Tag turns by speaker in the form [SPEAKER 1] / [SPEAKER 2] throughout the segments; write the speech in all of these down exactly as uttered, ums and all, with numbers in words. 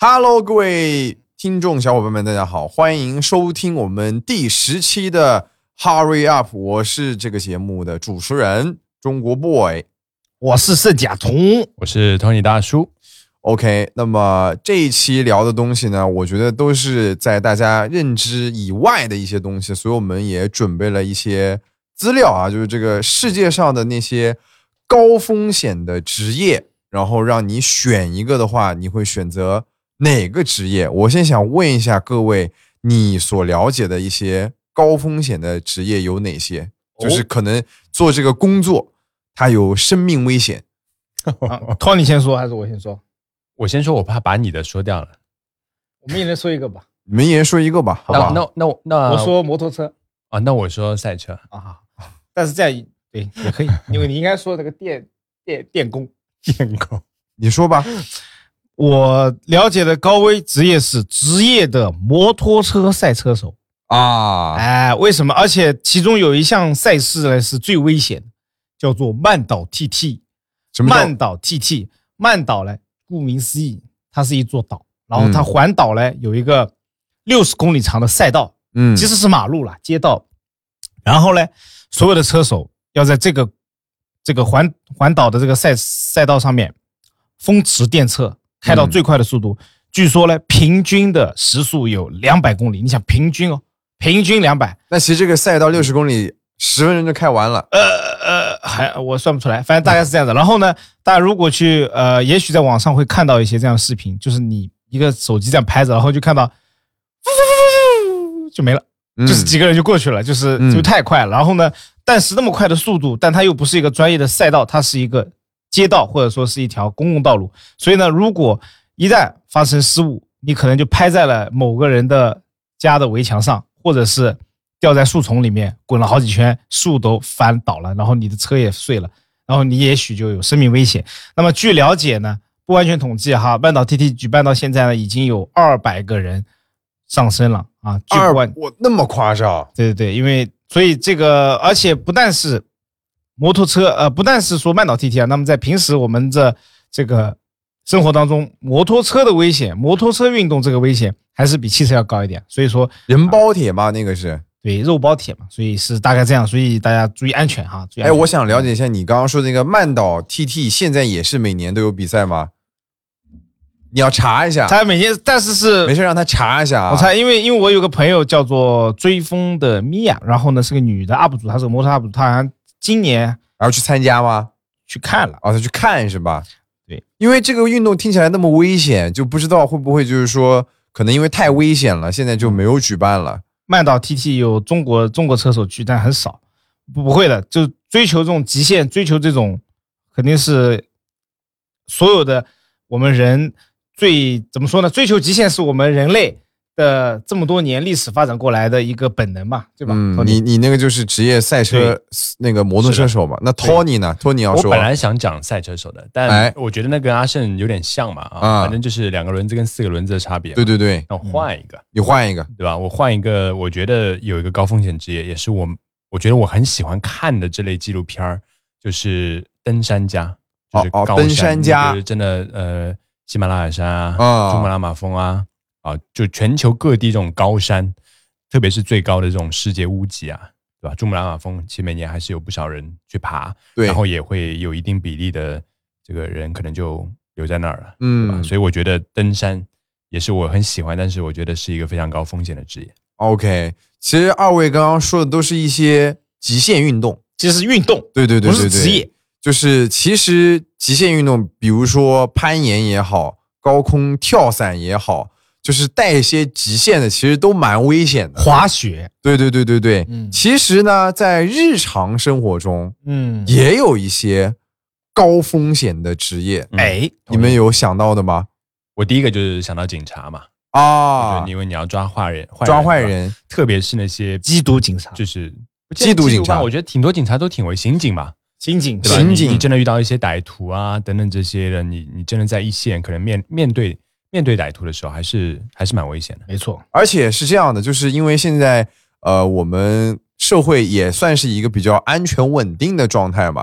[SPEAKER 1] Hello， 各位听众小伙伴们，大家好，欢迎收听我们第十期的 Hurry Up， 我是这个节目的主持人中国 boy，
[SPEAKER 2] 我是圣甲虫，
[SPEAKER 3] 我是 Tony 大叔。
[SPEAKER 1] OK， 那么这一期聊的东西呢，我觉得都是在大家认知以外的一些东西，所以我们也准备了一些资料啊，就是这个世界上的那些高风险的职业，然后让你选一个的话，你会选择哪个职业？我先想问一下各位，你所了解的一些高风险的职业有哪些？就是可能做这个工作，它有生命危险。
[SPEAKER 2] 啊、Tony 先说还是我先说？
[SPEAKER 3] 我先说，我怕把你的说掉了。
[SPEAKER 2] 我们一人说一个吧。
[SPEAKER 1] 你们一人说一个吧，好吧？
[SPEAKER 3] 那那那
[SPEAKER 2] 我说摩托车
[SPEAKER 3] 啊，那我说赛车
[SPEAKER 2] 啊。但是这样对也可以，因为你应该说这个电电电工，
[SPEAKER 3] 电工，
[SPEAKER 1] 你说吧。
[SPEAKER 2] 我了解的高危职业是职业的摩托车赛车手
[SPEAKER 1] 啊！
[SPEAKER 2] 哎，为什么？而且其中有一项赛事呢是最危险的，叫做慢岛 T T。
[SPEAKER 1] 什么
[SPEAKER 2] 慢岛 T T？ 慢岛呢，顾名思义，它是一座岛，然后它环岛呢有一个六十公里长的赛道，嗯，其实是马路啦，街道。然后呢，所有的车手要在这个这个环环岛的这个赛赛道上面风驰电掣。开到最快的速度，嗯、据说呢，平均的时速有两百公里。你想平均哦，平均两百。
[SPEAKER 1] 那其实这个赛道六十公里，十分钟就开完了。
[SPEAKER 2] 呃呃，还我算不出来，反正大概是这样的。然后呢，大家如果去呃，也许在网上会看到一些这样的视频，就是你一个手机这样拍着，然后就看到，就没了，嗯、就是几个人就过去了，就是就太快了。然后呢，但是那么快的速度，但它又不是一个专业的赛道，它是一个街道或者说是一条公共道路，所以呢，如果一旦发生失误，你可能就拍在了某个人的家的围墙上，或者是掉在树丛里面滚了好几圈，树都翻倒了，然后你的车也碎了，然后你也许就有生命危险。那么据了解呢，不完全统计哈，半岛 T T 举办到现在呢，已经有二百个人上升了啊！
[SPEAKER 1] 二我那么夸张？
[SPEAKER 2] 对对对，因为所以这个，而且不但是摩托车，呃，不但是说慢岛 T T 啊，那么在平时我们这这个生活当中，摩托车的危险，摩托车运动这个危险还是比汽车要高一点。所以说，
[SPEAKER 1] 人包铁嘛，那个是
[SPEAKER 2] 对肉包铁嘛，所以是大概这样。所以大家注意安全哈。注意安全。
[SPEAKER 1] 哎，我想了解一下，你刚刚说的那个慢岛 T T 现在也是每年都有比赛吗？你要查一下。
[SPEAKER 2] 他每年，但是是
[SPEAKER 1] 没事，让他查一下啊。
[SPEAKER 2] 我猜，因为因为我有个朋友叫做追风的米娅，然后呢是个女的 U P 主，她是个摩托 U P 主，她好像今年
[SPEAKER 1] 然后去参加吗？
[SPEAKER 2] 去看了
[SPEAKER 1] 哦，他去看是吧？
[SPEAKER 2] 对，
[SPEAKER 1] 因为这个运动听起来那么危险，就不知道会不会就是说，可能因为太危险了，现在就没有举办了。
[SPEAKER 2] 慢岛 T T 有中国中国车手去，但很少，不不会的，就追求这种极限，追求这种肯定是所有的我们人最怎么说呢？追求极限是我们人类的这么多年历史发展过来的一个本能嘛，对吧？
[SPEAKER 1] 嗯，你你那个就是职业赛车那个摩托车手嘛？那 Tony 呢 ？Tony 要说，
[SPEAKER 3] 我本来想讲赛车手的，但我觉得那跟阿胜有点像嘛啊，反正就是两个轮子跟四个轮子的差别。
[SPEAKER 1] 对对对，
[SPEAKER 3] 那我换一个，
[SPEAKER 1] 你换一个，
[SPEAKER 3] 对吧？我换一个，我觉得有一个高风险职业，也是我我觉得我很喜欢看的这类纪录片，就是登山家，就是高山，
[SPEAKER 1] 登山家，
[SPEAKER 3] 就是真的呃，喜马拉雅山啊，珠穆朗玛峰啊。啊，就全球各地这种高山，特别是最高的这种世界屋脊啊，对吧？珠穆朗玛峰其实每年还是有不少人去爬，对，然后也会有一定比例的这个人可能就留在那儿了，嗯，对吧？所以我觉得登山也是我很喜欢，但是我觉得是一个非常高风险的职业。
[SPEAKER 1] OK， 其实二位刚刚说的都是一些极限运动，
[SPEAKER 2] 其实是运动，
[SPEAKER 1] 对对对对对，
[SPEAKER 2] 不是职业，
[SPEAKER 1] 就是其实极限运动，比如说攀岩也好，高空跳伞也好。就是带一些极限的，其实都蛮危险的。
[SPEAKER 2] 滑雪，
[SPEAKER 1] 对对对对对。嗯，其实呢，在日常生活中，嗯，也有一些高风险的职业。
[SPEAKER 2] 哎、嗯，
[SPEAKER 1] 你们有想到的吗？
[SPEAKER 3] 我第一个就是想到警察嘛。
[SPEAKER 1] 啊，
[SPEAKER 3] 因为你要抓坏人，
[SPEAKER 1] 抓坏人，
[SPEAKER 3] 特别是那些
[SPEAKER 2] 缉毒警察，
[SPEAKER 3] 就是
[SPEAKER 1] 缉毒警察。
[SPEAKER 3] 我觉得挺多警察都挺为刑警嘛。
[SPEAKER 2] 刑警，
[SPEAKER 3] 对吧？
[SPEAKER 1] 刑警，
[SPEAKER 3] 你真的遇到一些歹徒啊等等这些的，你你真的在一线，可能面面对。面对歹徒的时候，还是还是蛮危险的，
[SPEAKER 2] 没错。
[SPEAKER 1] 而且是这样的，就是因为现在呃，我们社会也算是一个比较安全稳定的状态嘛。嗯，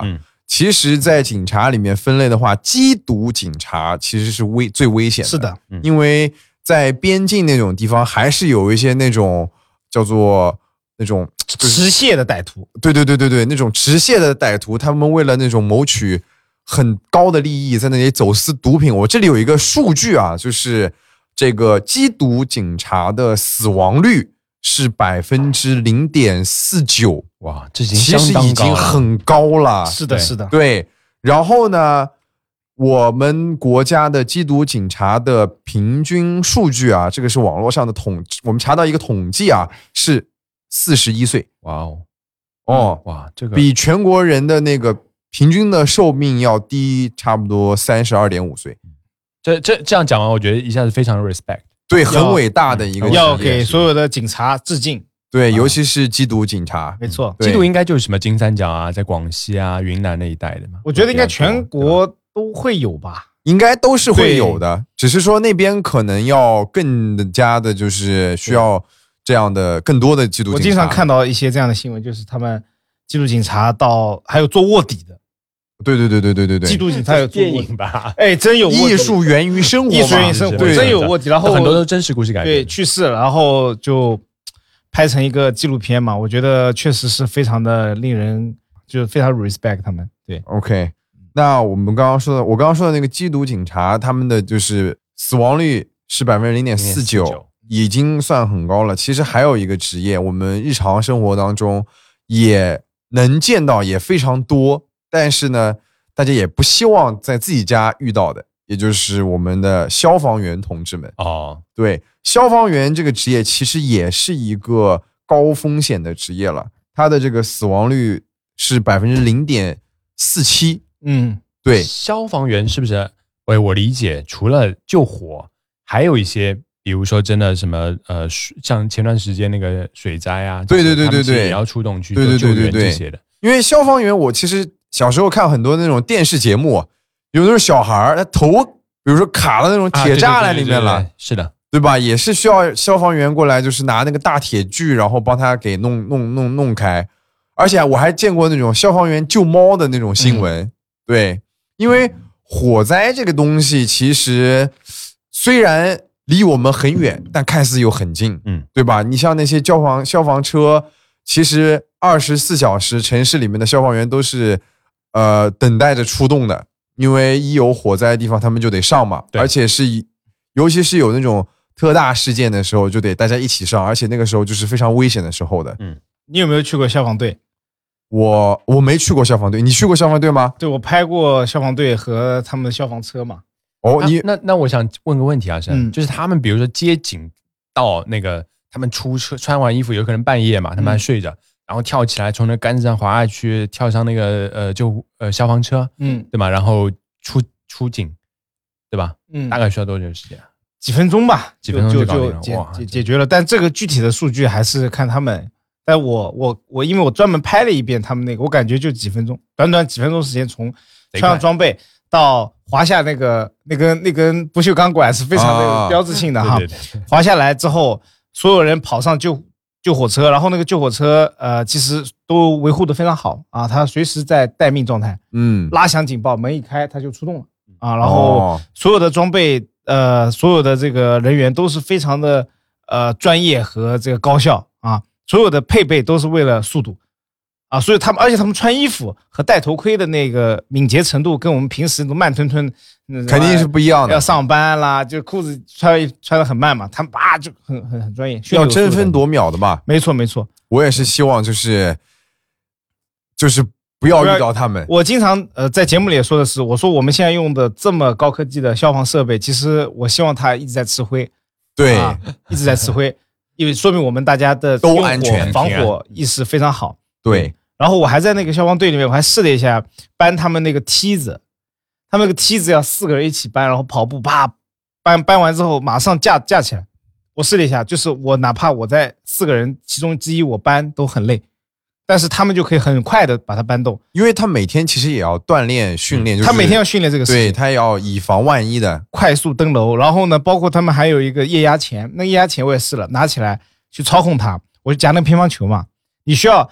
[SPEAKER 1] 其实，在警察里面分类的话，缉毒警察其实是危最危险的。
[SPEAKER 2] 是的，
[SPEAKER 1] 因为在边境那种地方，还是有一些那种叫做那种、就是、
[SPEAKER 2] 持械的歹徒。
[SPEAKER 1] 对对对对对，那种持械的歹徒，他们为了那种谋取很高的利益，在那里走私毒品。我这里有一个数据啊，就是这个缉毒警察的死亡率是百分之零点四九。
[SPEAKER 3] 哇，这已经相当高了，
[SPEAKER 1] 其实已经很高了。
[SPEAKER 2] 是的，是的，
[SPEAKER 1] 对。然后呢，我们国家的缉毒警察的平均数据啊，这个是网络上的统，我们查到一个统计啊，是四十一岁。
[SPEAKER 3] 哇哦，
[SPEAKER 1] 哦，
[SPEAKER 3] 哇，这个
[SPEAKER 1] 比全国人的那个平均的寿命要低差不多三十二点五岁。
[SPEAKER 3] 这这这样讲完，我觉得一下子非常 respect，
[SPEAKER 1] 对，很伟大的一个，
[SPEAKER 2] 要给所有的警察致敬。
[SPEAKER 1] 对，尤其是缉毒警察，
[SPEAKER 2] 没错，
[SPEAKER 3] 缉毒应该就是什么金三角啊，在广西啊、云南那一带的嘛。
[SPEAKER 2] 我觉得应该全国都会有吧，
[SPEAKER 1] 应该都是会有的，只是说那边可能要更加的，就是需要这样的更多的缉毒警察。
[SPEAKER 2] 我经常看到一些这样的新闻，就是他们缉毒警察到还有做卧底的。
[SPEAKER 1] 对对对对对对对，
[SPEAKER 2] 缉毒警察有做
[SPEAKER 3] 电影吧？
[SPEAKER 2] 哎，真有卧底，
[SPEAKER 1] 艺术源于生活，
[SPEAKER 2] 艺术源于生活，真有卧底，然后
[SPEAKER 3] 很多都真实故事改编，
[SPEAKER 2] 对，去世了，然后就拍成一个纪录片嘛。我觉得确实是非常的令人，就是非常 respect 他们。对
[SPEAKER 1] ，OK。那我们刚刚说的，我刚刚说的那个缉毒警察，他们的就是死亡率是百分之零点四九，已经算很高了。其实还有一个职业，我们日常生活当中也能见到，也非常多。但是呢，大家也不希望在自己家遇到的，也就是我们的消防员同志们。
[SPEAKER 3] 哦，
[SPEAKER 1] 对，消防员这个职业其实也是一个高风险的职业了，它的这个死亡率是百分之零点四七。
[SPEAKER 2] 嗯，
[SPEAKER 1] 对，
[SPEAKER 3] 消防员是不是？喂，我理解，除了救火，还有一些，比如说真的什么呃，像前段时间那个水灾啊，
[SPEAKER 1] 对对对对对，
[SPEAKER 3] 也要出动去做救援这些的。
[SPEAKER 1] 因为消防员，我其实小时候看很多那种电视节目，有那种小孩他头比如说卡到那种铁栅栏里面了，
[SPEAKER 3] 啊、对对对对对是的，
[SPEAKER 1] 对吧？也是需要消防员过来，就是拿那个大铁锯，然后帮他给弄弄弄弄开。而且我还见过那种消防员救猫的那种新闻。嗯、对，因为火灾这个东西其实虽然离我们很远，但看似又很近，
[SPEAKER 3] 嗯，
[SPEAKER 1] 对吧？你像那些消防消防车，其实二十四小时城市里面的消防员都是呃等待着出动的，因为一有火灾的地方他们就得上嘛，而且是尤其是有那种特大事件的时候就得大家一起上，而且那个时候就是非常危险的时候的。
[SPEAKER 2] 嗯，你有没有去过消防队？
[SPEAKER 1] 我我没去过消防队，你去过消防队吗？
[SPEAKER 2] 对，我拍过消防队和他们的消防车嘛。
[SPEAKER 1] 哦，你、
[SPEAKER 3] 啊、那那我想问个问题啊，是、
[SPEAKER 2] 嗯、
[SPEAKER 3] 就是他们比如说接警到那个他们出车穿完衣服，有可能半夜嘛，他们还睡着。嗯，然后跳起来，从那杆子上滑下去，跳上那个呃救呃消防车，
[SPEAKER 2] 嗯，
[SPEAKER 3] 对吧？然后出出警，对吧？
[SPEAKER 2] 嗯，
[SPEAKER 3] 大概需要多久时间？
[SPEAKER 2] 几分钟吧，
[SPEAKER 3] 几分钟就
[SPEAKER 2] 就就解解解决了。但这个具体的数据还是看他们。但我我我，因为我专门拍了一遍他们那个，我感觉就几分钟，短短几分钟时间，从穿上装备到滑下那个那根那根不锈钢管是非常的标志性的哈。
[SPEAKER 3] 啊、对对对，
[SPEAKER 2] 滑下来之后，所有人跑上救。救火车，然后那个救火车，呃，其实都维护的非常好啊，它随时在待命状态，
[SPEAKER 1] 嗯，
[SPEAKER 2] 拉响警报，门一开，它就出动了啊，然后所有的装备，呃，所有的这个人员都是非常的呃专业和这个高效啊，所有的配备都是为了速度啊，所以他们，而且他们穿衣服和戴头盔的那个敏捷程度，跟我们平时都慢吞吞，
[SPEAKER 1] 肯定是不一样的。
[SPEAKER 2] 要上班啦，就裤子穿穿得很慢嘛，他们啊就很很很专业，
[SPEAKER 1] 要争分夺秒的嘛。
[SPEAKER 2] 没错没错，
[SPEAKER 1] 我也是希望就是就是不要遇到他们。
[SPEAKER 2] 我经常呃在节目里也说的是，我说我们现在用的这么高科技的消防设备，其实我希望它一直在吃灰，
[SPEAKER 1] 对，
[SPEAKER 2] 啊、一直在吃灰，因为说明我们大家的
[SPEAKER 1] 都安全，
[SPEAKER 2] 防火意识非常好。
[SPEAKER 1] 对。
[SPEAKER 2] 然后我还在那个消防队里面，我还试了一下搬他们那个梯子，他们那个梯子要四个人一起搬，然后跑步啪搬搬完之后马上架架起来。我试了一下，就是我哪怕我在四个人其中之一我搬都很累，但是他们就可以很快的把它搬动，
[SPEAKER 1] 因为他每天其实也要锻炼训练，
[SPEAKER 2] 嗯就是、他每天要训练这个事情，
[SPEAKER 1] 对，他要以防万一的
[SPEAKER 2] 快速登楼。然后呢，包括他们还有一个液压钳，那个液压钳我也试了，拿起来去操控它，我就夹那个乒乓球嘛，你需要。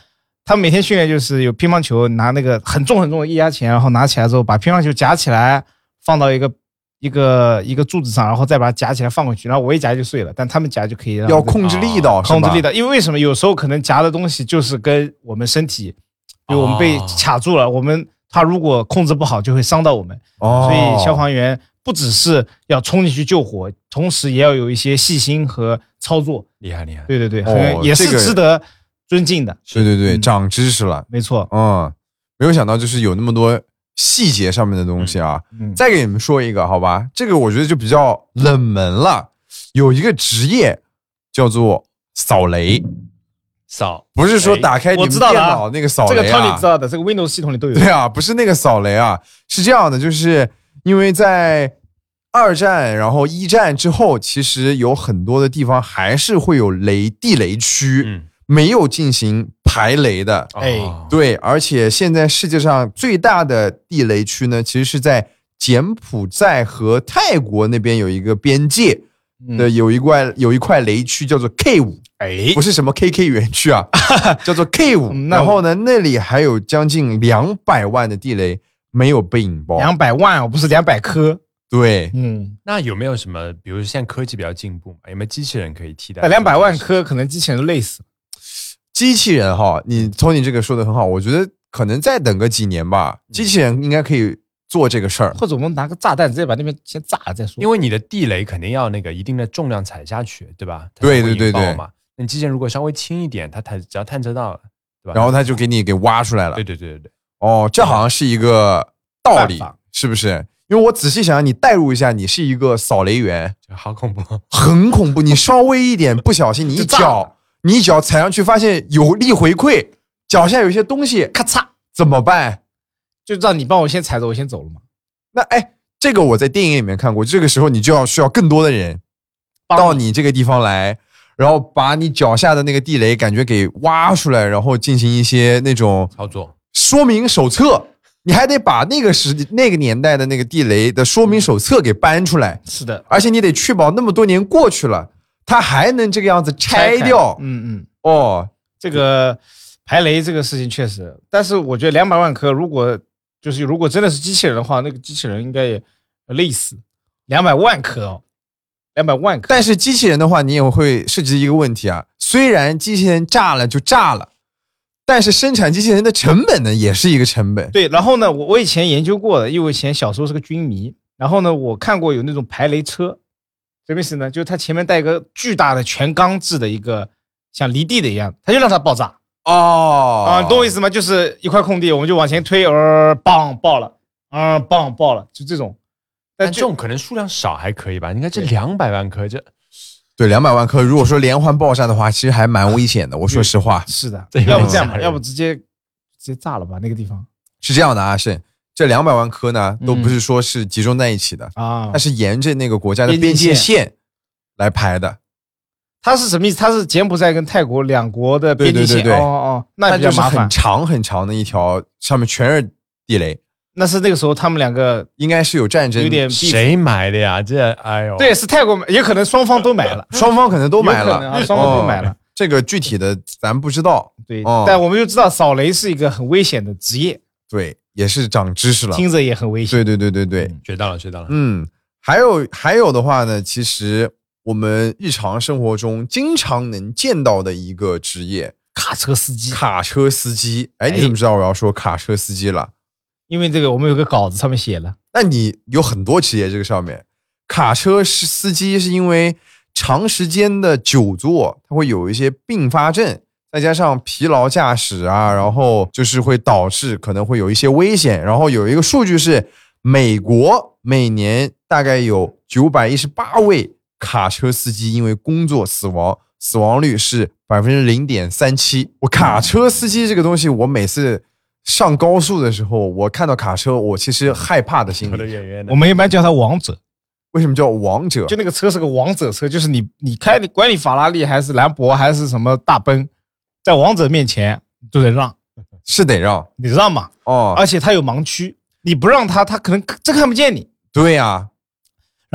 [SPEAKER 2] 他们每天训练就是有乒乓球，拿那个很重很重的液压钳，然后拿起来之后把乒乓球夹起来，放到一个一个一个柱子上，然后再把它夹起来放回去，然后我一夹就碎了，但他们夹就可以让
[SPEAKER 1] 要控制力道，
[SPEAKER 2] 控制力道，因为为什么有时候可能夹的东西就是跟我们身体，比如我们被卡住了，我们他如果控制不好就会伤到我们，所以消防员不只是要冲进去救火，同时也要有一些细心和操作，
[SPEAKER 3] 厉害厉害，
[SPEAKER 2] 对对对，
[SPEAKER 1] 哦、
[SPEAKER 2] 也是值得尊敬的，
[SPEAKER 1] 对对对，长知识了，
[SPEAKER 2] 没错，
[SPEAKER 1] 嗯，没有想到就是有那么多细节上面的东西啊。嗯嗯、再给你们说一个，好吧，这个我觉得就比较冷门了。有一个职业叫做扫雷，
[SPEAKER 3] 扫
[SPEAKER 1] 不是说打开你们电脑那个扫雷啊，
[SPEAKER 2] 这个 Tony 知道的，这个 Windows 系统里都有。
[SPEAKER 1] 对啊，不是那个扫雷啊，是这样的，就是因为在二战然后一战之后，其实有很多的地方还是会有雷地雷区。嗯，没有进行排雷的，
[SPEAKER 2] 哎，
[SPEAKER 1] 对，而且现在世界上最大的地雷区呢，其实是在柬埔寨和泰国那边有一个边界的有一块有一块雷区叫做 K 五，
[SPEAKER 2] 哎，
[SPEAKER 1] 不是什么 K K 园区啊，叫做 K 五。然后呢，那里还有将近两百万的地雷没有被引爆，
[SPEAKER 2] 两百万哦，不是两百颗。
[SPEAKER 1] 对，
[SPEAKER 3] 嗯，那有没有什么，比如现在科技比较进步嘛，有没有机器人可以替代？
[SPEAKER 2] 那两百万颗可能机器人都累死。
[SPEAKER 1] 机器人哈，你从你这个说的很好，我觉得可能再等个几年吧，机器人应该可以做这个事儿，
[SPEAKER 2] 或者我们拿个炸弹直接把那边先炸了再说。
[SPEAKER 3] 因为你的地雷肯定要那个一定的重量踩下去，对吧？
[SPEAKER 1] 对对对对
[SPEAKER 3] 嘛。那机器人如果稍微轻一点，它探只要探测到了，对吧？
[SPEAKER 1] 然后它就给你给挖出来了。
[SPEAKER 3] 对对对对对。
[SPEAKER 1] 哦，这好像是一个道理，是不是？因为我仔细想想，你代入一下，你是一个扫雷员，
[SPEAKER 3] 好恐怖，
[SPEAKER 1] 很恐怖。你稍微一点不小心，你一脚，你一脚踩上去，发现有力回馈，脚下有一些东西，咔嚓，怎么办？
[SPEAKER 2] 就让你帮我先踩着，我先走了嘛。
[SPEAKER 1] 那哎，这个我在电影里面看过，这个时候你就要需要更多的人到你这个地方来，然后把你脚下的那个地雷感觉给挖出来，然后进行一些那种
[SPEAKER 3] 操作
[SPEAKER 1] 说明手册。你还得把那个时那个年代的那个地雷的说明手册给搬出来，
[SPEAKER 2] 是的，
[SPEAKER 1] 而且你得确保那么多年过去了，它还能这个样子拆掉。
[SPEAKER 2] 嗯嗯，
[SPEAKER 1] 哦，
[SPEAKER 2] 这个排雷这个事情确实，但是我觉得两百万颗，如果就是如果真的是机器人的话，那个机器人应该也累死。两百万颗哦，两百万颗。
[SPEAKER 1] 但是机器人的话，你也会涉及一个问题啊，虽然机器人炸了就炸了。但是生产机器人的成本呢，也是一个成本。
[SPEAKER 2] 对，然后呢，我我以前研究过的，因为我以前小时候是个军迷，然后呢，我看过有那种排雷车，什么意思呢？就是它前面带一个巨大的全钢制的一个像离地的一样，它就让它爆炸。
[SPEAKER 1] 哦，
[SPEAKER 2] 啊，懂我意思吗？就是一块空地，我们就往前推，呃，棒爆了，啊，棒爆了，就这种。
[SPEAKER 3] 但这种可能数量少还可以吧？你看这两百万颗，这。
[SPEAKER 1] 对，两百万颗，如果说连环爆炸的话，其实还蛮危险的。我说实话，
[SPEAKER 2] 是的，要不这样吧，要不直接直接炸了吧？那个地方
[SPEAKER 1] 是这样的啊，是这两百万颗呢，都不是说是集中在一起的啊，它是沿着那个国家的边界线来排的。
[SPEAKER 2] 它是什么意思？它是柬埔寨跟泰国两国的边界线。
[SPEAKER 1] 对对对对，
[SPEAKER 2] 哦哦，那
[SPEAKER 1] 就是很长很长的一条，上面全是地雷。
[SPEAKER 2] 那是那个时候他们两个
[SPEAKER 1] 应该是有战争，
[SPEAKER 2] 有点
[SPEAKER 3] 谁买的呀？这哎呦，
[SPEAKER 2] 对，是泰国买，也可能双方都买了，
[SPEAKER 1] 双方可能都买了，
[SPEAKER 2] 啊、双方都买了、哦。
[SPEAKER 1] 这个具体的咱不知道，
[SPEAKER 2] 对、哦，但我们就知道扫雷是一个很危险的职业，
[SPEAKER 1] 对，也是长知识了，
[SPEAKER 2] 听着也很危险。
[SPEAKER 1] 对对对对对，
[SPEAKER 3] 嗯、学到了学到了。
[SPEAKER 1] 嗯，还有还有的话呢，其实我们日常生活中经常能见到的一个职业，
[SPEAKER 2] 卡车司机。
[SPEAKER 1] 卡车司机，哎，你怎么知道我要说卡车司机了？
[SPEAKER 2] 因为这个我们有个稿子上面写了，
[SPEAKER 1] 那你有很多职业这个上面，卡车司机是因为长时间的久坐，它会有一些并发症，再加上疲劳驾驶啊，然后就是会导致可能会有一些危险。然后有一个数据是，美国每年大概有九百一十八位卡车司机因为工作死亡，死亡率是百分之零点三七。我卡车司机这个东西，我每次上高速的时候，我看到卡车，我其实害怕的心理。
[SPEAKER 2] 我们一般叫它王者。
[SPEAKER 1] 为什么叫王者？
[SPEAKER 2] 就那个车是个王者车，就是你你开你管你法拉利还是兰博还是什么大奔，在王者面前都得让，
[SPEAKER 1] 是得让，
[SPEAKER 2] 你让嘛。哦，而且它有盲区，你不让他，他可能真看不见你。
[SPEAKER 1] 对呀、啊。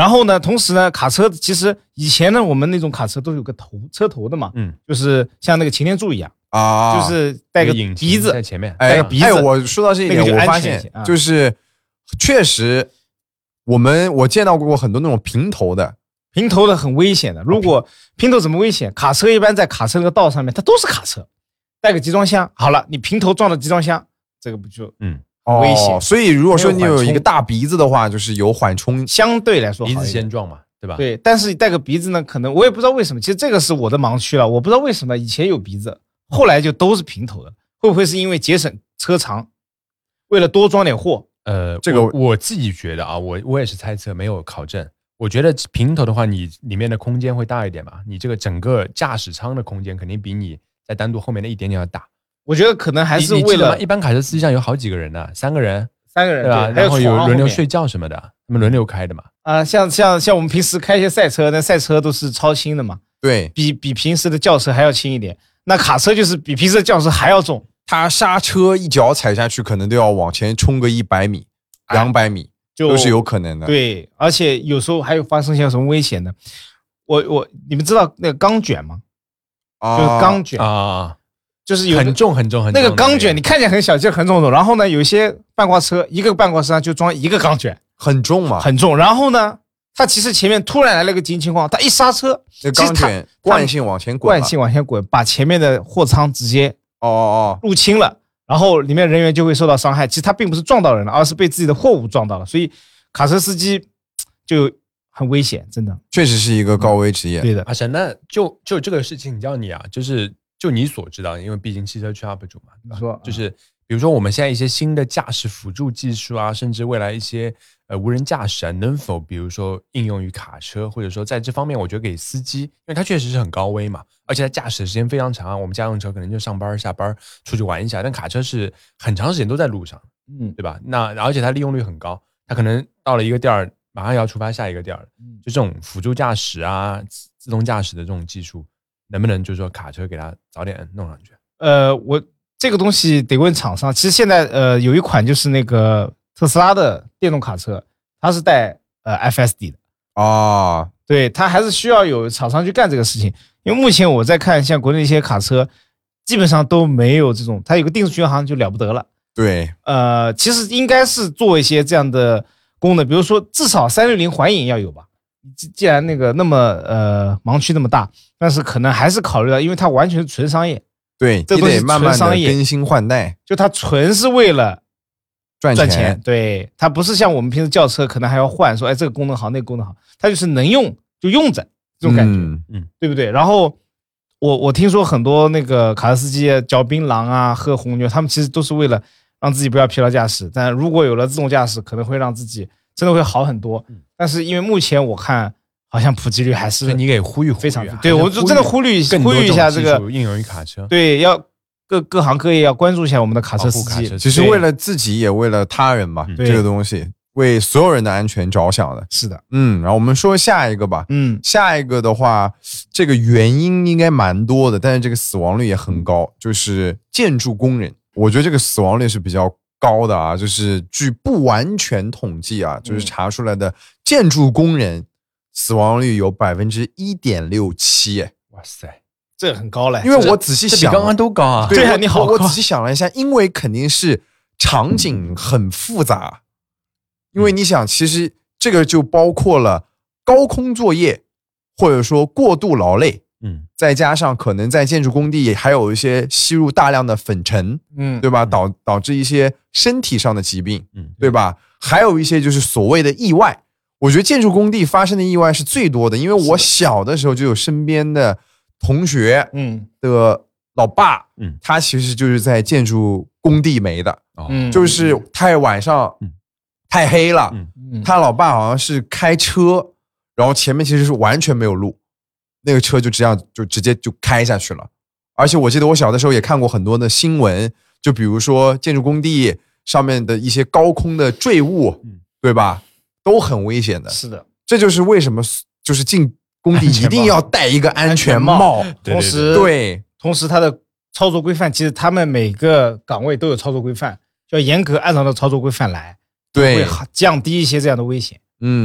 [SPEAKER 2] 然后呢，同时呢，卡车其实以前呢，我们那种卡车都有个头车头的嘛，嗯，就是像那个擎天柱一样啊，就是带个鼻子
[SPEAKER 3] 在前面，
[SPEAKER 2] 带个鼻子。
[SPEAKER 1] 哎，我说到这一点，我发现就是确实，我们我见到过很多那种平头的，
[SPEAKER 2] 平头的很危险的。如果平头怎么危险？卡车一般在卡车那个道上面，它都是卡车，带个集装箱，好了，你平头撞到集装箱，这个不就嗯。危险、哦，
[SPEAKER 1] 所以如果说你有一个大鼻子的话，就是有缓冲，
[SPEAKER 2] 相对来说
[SPEAKER 3] 鼻子先撞嘛，对吧？
[SPEAKER 2] 对，但是带个鼻子呢，可能我也不知道为什么，其实这个是我的盲区了，我不知道为什么以前有鼻子，后来就都是平头的，会不会是因为节省车长，为了多装点货？
[SPEAKER 3] 呃，这个 我, 我自己觉得啊，我我也是猜测，没有考证。我觉得平头的话，你里面的空间会大一点吧，你这个整个驾驶舱的空间肯定比你在单独后面的一点点要大。
[SPEAKER 2] 我觉得可能还是为了
[SPEAKER 3] 一般卡车司机上有好几个人呢，三个人，
[SPEAKER 2] 三个人
[SPEAKER 3] 对吧？然后有轮流睡觉什么的，他们轮流开的嘛。
[SPEAKER 2] 啊、呃，像像像我们平时开一些赛车，那赛车都是超轻的嘛，
[SPEAKER 1] 对，
[SPEAKER 2] 比比平时的轿车还要轻一点。那卡车就是比平时的轿车还要重，
[SPEAKER 1] 它刹车一脚踩下去，可能都要往前冲个一百米、两百米，就都是有可能的。
[SPEAKER 2] 对，而且有时候还有发生些什么危险的。我我你们知道那个钢卷吗？啊、就是钢卷
[SPEAKER 3] 啊。
[SPEAKER 2] 就是有
[SPEAKER 3] 很重很重很重
[SPEAKER 2] 那个钢卷，你看起来很小，其实很重重。然后呢，有一些半挂车，一个半挂车上就装一个钢卷，
[SPEAKER 1] 很重嘛，
[SPEAKER 2] 很重。然后呢，它其实前面突然来了个紧急情况，它一刹车，
[SPEAKER 1] 那钢卷惯性往前滚，
[SPEAKER 2] 惯性往前滚，把前面的货舱直接
[SPEAKER 1] 哦哦
[SPEAKER 2] 入侵了，然后里面人员就会受到伤害。其实它并不是撞到人了，而是被自己的货物撞到了。所以卡车司机就很危险，真的，
[SPEAKER 1] 确实是一个高危职业。
[SPEAKER 2] 嗯、对的，
[SPEAKER 3] 阿神，那就就这个事情，你知道你啊，就是。就你所知道，因为毕竟汽车圈 U P 主嘛，
[SPEAKER 2] 你说
[SPEAKER 3] 就是比如说我们现在一些新的驾驶辅助技术啊，甚至未来一些呃无人驾驶啊，能否比如说应用于卡车，或者说在这方面，我觉得给司机，因为它确实是很高危嘛，而且它驾驶的时间非常长啊。我们家用车可能就上班下班出去玩一下，但卡车是很长时间都在路上，嗯，对吧？那而且它利用率很高，它可能到了一个店儿，马上要出发下一个店儿，就这种辅助驾驶啊、自动驾驶的这种技术。能不能就是说卡车给它早点弄上去？
[SPEAKER 2] 呃，我这个东西得问厂商。其实现在呃有一款就是那个特斯拉的电动卡车，它是带呃 F S D 的
[SPEAKER 1] 啊、哦，
[SPEAKER 2] 对，它还是需要有厂商去干这个事情。因为目前我在看像国内一些卡车，基本上都没有这种，它有个定速巡航就了不得了。
[SPEAKER 1] 对，
[SPEAKER 2] 呃，其实应该是做一些这样的功能，比如说至少三六零环影要有吧。既然那个那么呃盲区那么大，但是可能还是考虑到，因为它完全是纯商业，
[SPEAKER 1] 对，
[SPEAKER 2] 这东西
[SPEAKER 1] 得慢慢的更新换代，
[SPEAKER 2] 就它纯是为了
[SPEAKER 1] 赚
[SPEAKER 2] 钱，赚钱对，它不是像我们平时轿车可能还要换，说哎这个功能好那个功能好，它就是能用就用着这种感觉，嗯，嗯对不对？然后我我听说很多那个卡车司机嚼槟榔啊、喝红牛，他们其实都是为了让自己不要疲劳驾驶，但如果有了自动驾驶，可能会让自己真的会好很多。但是因为目前我看好像普及率还是
[SPEAKER 3] 你给呼吁非常
[SPEAKER 2] 对，我就真的呼吁呼吁一下这个
[SPEAKER 3] 应用于卡车，
[SPEAKER 2] 对，要各各行各业要关注一下我们的卡车司机，
[SPEAKER 1] 其实为了自己也为了他人嘛，这个东西为所有人的安全着想的。
[SPEAKER 2] 是的，
[SPEAKER 1] 嗯，然后我们说下一个吧，
[SPEAKER 2] 嗯，
[SPEAKER 1] 下一个的话，这个原因应该蛮多的，但是这个死亡率也很高，就是建筑工人，我觉得这个死亡率是比较高的啊，就是据不完全统计啊，就是查出来的建筑工人死亡率有百分之一点六七，
[SPEAKER 3] 哇塞，
[SPEAKER 2] 这很高嘞！
[SPEAKER 1] 因为我仔细想，
[SPEAKER 3] 比刚刚都高啊。
[SPEAKER 2] 对啊，你好
[SPEAKER 1] 我，我仔细想了一下，因为肯定是场景很复杂，因为你想，其实这个就包括了高空作业，或者说过度劳累。嗯，再加上可能在建筑工地还有一些吸入大量的粉尘，嗯，对吧？导导致一些身体上的疾病，嗯，对吧？还有一些就是所谓的意外。我觉得建筑工地发生的意外是最多的，因为我小的时候就有身边的同学，嗯，的老爸，嗯，他其实就是在建筑工地没的，嗯，就是太晚上，嗯，太黑了，嗯，他老爸好像是开车，然后前面其实是完全没有路。那个车就这样就直接就开下去了，而且我记得我小的时候也看过很多的新闻，就比如说建筑工地上面的一些高空的坠物，对吧？都很危险的。
[SPEAKER 2] 是的，
[SPEAKER 1] 这就是为什么就是进工地一定要戴一个安全帽，
[SPEAKER 2] 同时
[SPEAKER 1] 对，
[SPEAKER 2] 同时它的操作规范，其实他们每个岗位都有操作规范，要严格按照那操作规范来，
[SPEAKER 1] 对，
[SPEAKER 2] 会降低一些这样的危险。
[SPEAKER 1] 嗯，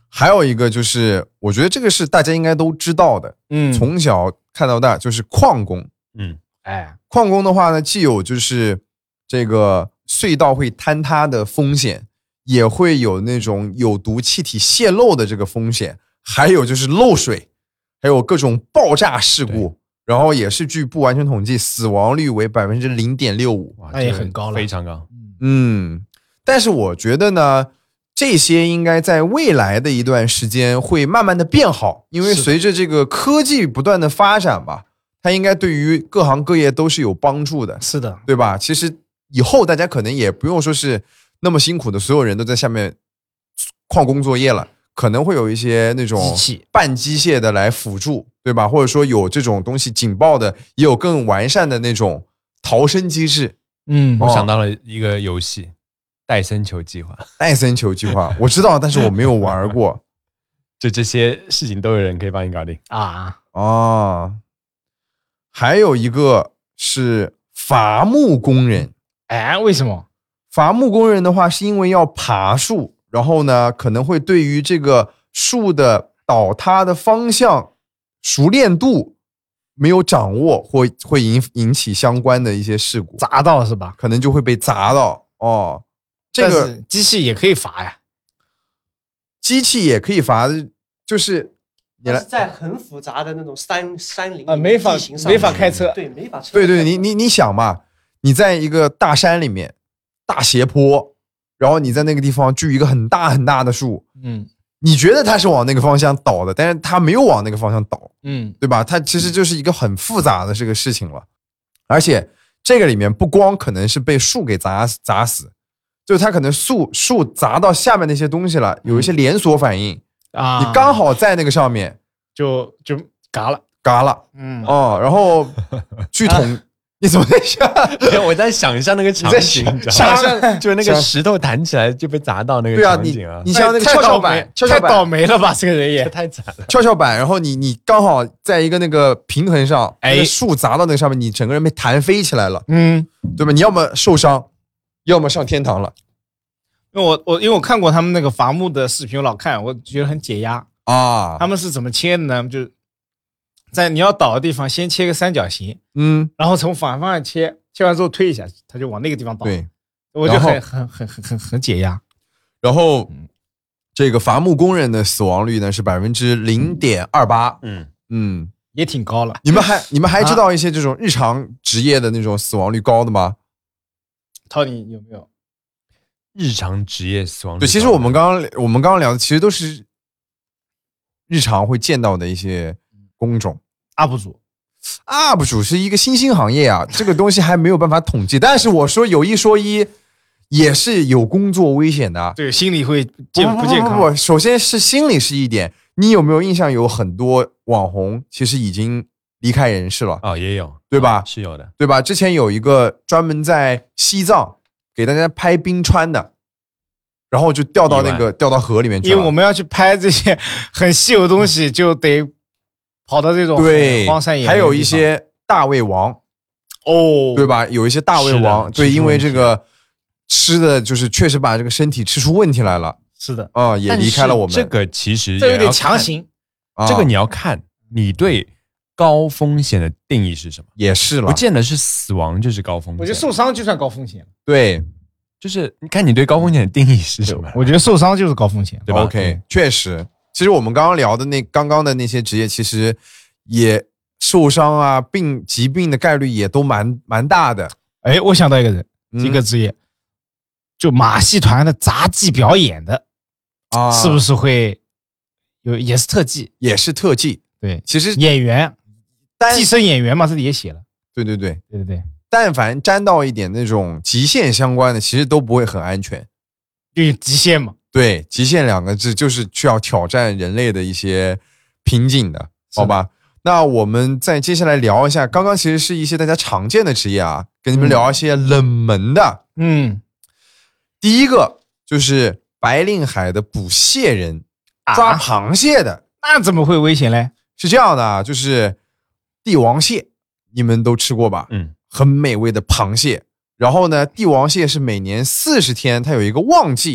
[SPEAKER 1] 还有一个就是，我觉得这个是大家应该都知道的，嗯，从小看到大，就是矿工，
[SPEAKER 2] 嗯，哎，
[SPEAKER 1] 矿工的话呢，既有就是这个隧道会坍塌的风险，也会有那种有毒气体泄漏的这个风险，还有就是漏水，还有各种爆炸事故，然后也是据不完全统计，死亡率为百分之零点六五，
[SPEAKER 2] 那也很高了，
[SPEAKER 3] 非常高。
[SPEAKER 1] 嗯，但是我觉得呢。这些应该在未来的一段时间会慢慢的变好，因为随着这个科技不断的发展吧，它应该对于各行各业都是有帮助的。
[SPEAKER 2] 是的，
[SPEAKER 1] 对吧？其实以后大家可能也不用说是那么辛苦的，所有人都在下面矿工作业了，可能会有一些那种半机械的来辅助，对吧？或者说有这种东西警报的，也有更完善的那种逃生机制。
[SPEAKER 3] 嗯，我想到了一个游戏。戴森球计划，
[SPEAKER 1] 戴森球计划，我知道，但是我没有玩过。
[SPEAKER 3] 就这些事情都有人可以帮你搞定
[SPEAKER 2] 啊
[SPEAKER 1] 哦。还有一个是伐木工人，
[SPEAKER 2] 哎，为什么？
[SPEAKER 1] 伐木工人的话，是因为要爬树，然后呢，可能会对于这个树的倒塌的方向、熟练度没有掌握，或会引引起相关的一些事故，
[SPEAKER 2] 砸到是吧？
[SPEAKER 1] 可能就会被砸到哦。这个
[SPEAKER 2] 机器也可以伐呀，
[SPEAKER 1] 机器也可以伐，就是
[SPEAKER 4] 你来在很复杂的那种山山林
[SPEAKER 2] 啊，没法没法开车，
[SPEAKER 4] 对，没法车。
[SPEAKER 1] 对对，你你你想嘛，你在一个大山里面，大斜坡，然后你在那个地方锯一个很大很大的树，嗯，你觉得它是往那个方向倒的，但是它没有往那个方向倒，嗯，对吧？它其实就是一个很复杂的这个事情了，而且这个里面不光可能是被树给砸砸死。就是它可能树树砸到下面那些东西了，有一些连锁反应啊，你刚好在那个上面
[SPEAKER 2] 就就嘎了
[SPEAKER 1] 嘎了，嗯哦，然后据统、啊、你怎么在想？
[SPEAKER 3] 我在想象那个场景，
[SPEAKER 1] 想象
[SPEAKER 3] 就那个石头弹起来就被砸到那个场景啊！
[SPEAKER 1] 你像那个跷跷板，
[SPEAKER 2] 太倒霉了吧？这个人也
[SPEAKER 3] 太惨了。
[SPEAKER 1] 跷跷板，然后你你刚好在一个那个平衡上，哎，树砸到那个上面，你整个人被弹飞起来了，嗯，对吧？你要么受伤。要么上天堂了，
[SPEAKER 2] 因为我我因为我看过他们那个伐木的视频，我老看，我觉得很解压啊。他们是怎么切的呢？就在你要倒的地方先切个三角形，嗯，然后从反方向切，切完之后推一下，他就往那个地方倒。
[SPEAKER 1] 对，
[SPEAKER 2] 我觉得很很很很很很解压。
[SPEAKER 1] 然后这个伐木工人的死亡率呢是百分之零点二八，嗯
[SPEAKER 2] 嗯，也挺高了。
[SPEAKER 1] 你们还你们还知道一些这种日常职业的那种死亡率高的吗？
[SPEAKER 2] 涛，你有没有
[SPEAKER 3] 日常职业死亡率？
[SPEAKER 1] 对，其实我们刚刚我们刚刚聊的，其实都是日常会见到的一些工种。
[SPEAKER 2] U P 主
[SPEAKER 1] ，U P 主是一个新兴行业啊，这个东西还没有办法统计。但是我说有一说一，也是有工作危险的。
[SPEAKER 2] 对，心理会健
[SPEAKER 1] 不
[SPEAKER 2] 健康。
[SPEAKER 1] 不不不，首先是心理是一点。你有没有印象？有很多网红其实已经离开人世了
[SPEAKER 3] 啊、哦，也有，
[SPEAKER 1] 对吧、
[SPEAKER 3] 哦？是有的，
[SPEAKER 1] 对吧？之前有一个专门在西藏给大家拍冰川的，然后就掉到那个掉到河里面去了。
[SPEAKER 2] 因为我们要去拍这些很稀有的东西，就得跑到这种荒山野岭。
[SPEAKER 1] 还有一些大胃王
[SPEAKER 2] 哦，
[SPEAKER 1] 对吧？有一些大胃王，对，因为这个吃的就是确实把这个身体吃出问题来了。
[SPEAKER 2] 是的，
[SPEAKER 1] 啊、嗯，也离开了我们。
[SPEAKER 3] 这个其实
[SPEAKER 2] 这有点强行，
[SPEAKER 3] 这个你要看你对高风险的定义是什么？
[SPEAKER 1] 也是了，
[SPEAKER 3] 不见得是死亡就是高风险。
[SPEAKER 2] 我觉得受伤就算高风险。
[SPEAKER 1] 对，
[SPEAKER 3] 就是你看你对高风险的定义是什么？
[SPEAKER 2] 我觉得受伤就是高风险，
[SPEAKER 3] 对吧
[SPEAKER 1] ？OK， 确实，其实我们刚刚聊的那刚刚的那些职业，其实也受伤啊、病疾病的概率也都蛮蛮大的。
[SPEAKER 2] 哎，我想到一个人，嗯、一个职业，就马戏团的杂技表演的啊，是不是会有也是特技？
[SPEAKER 1] 也是特技。
[SPEAKER 2] 对，
[SPEAKER 1] 其实
[SPEAKER 2] 演员。寄生演员嘛，这里也写了。
[SPEAKER 1] 对对对
[SPEAKER 2] 对对对，
[SPEAKER 1] 但凡沾到一点那种极限相关的，其实都不会很安全。
[SPEAKER 2] 对，极限嘛。
[SPEAKER 1] 对，极限两个字就是需要挑战人类的一些瓶颈的，好吧？那我们再接下来聊一下，刚刚其实是一些大家常见的职业啊，跟你们聊一些冷门的。嗯，第一个就是白令海的捕蟹人，抓螃蟹的。
[SPEAKER 2] 啊、那怎么会危险嘞？
[SPEAKER 1] 是这样的啊，就是帝王蟹，你们都吃过吧？嗯，很美味的螃蟹。然后呢，帝王蟹是每年四十天，它有一个旺季，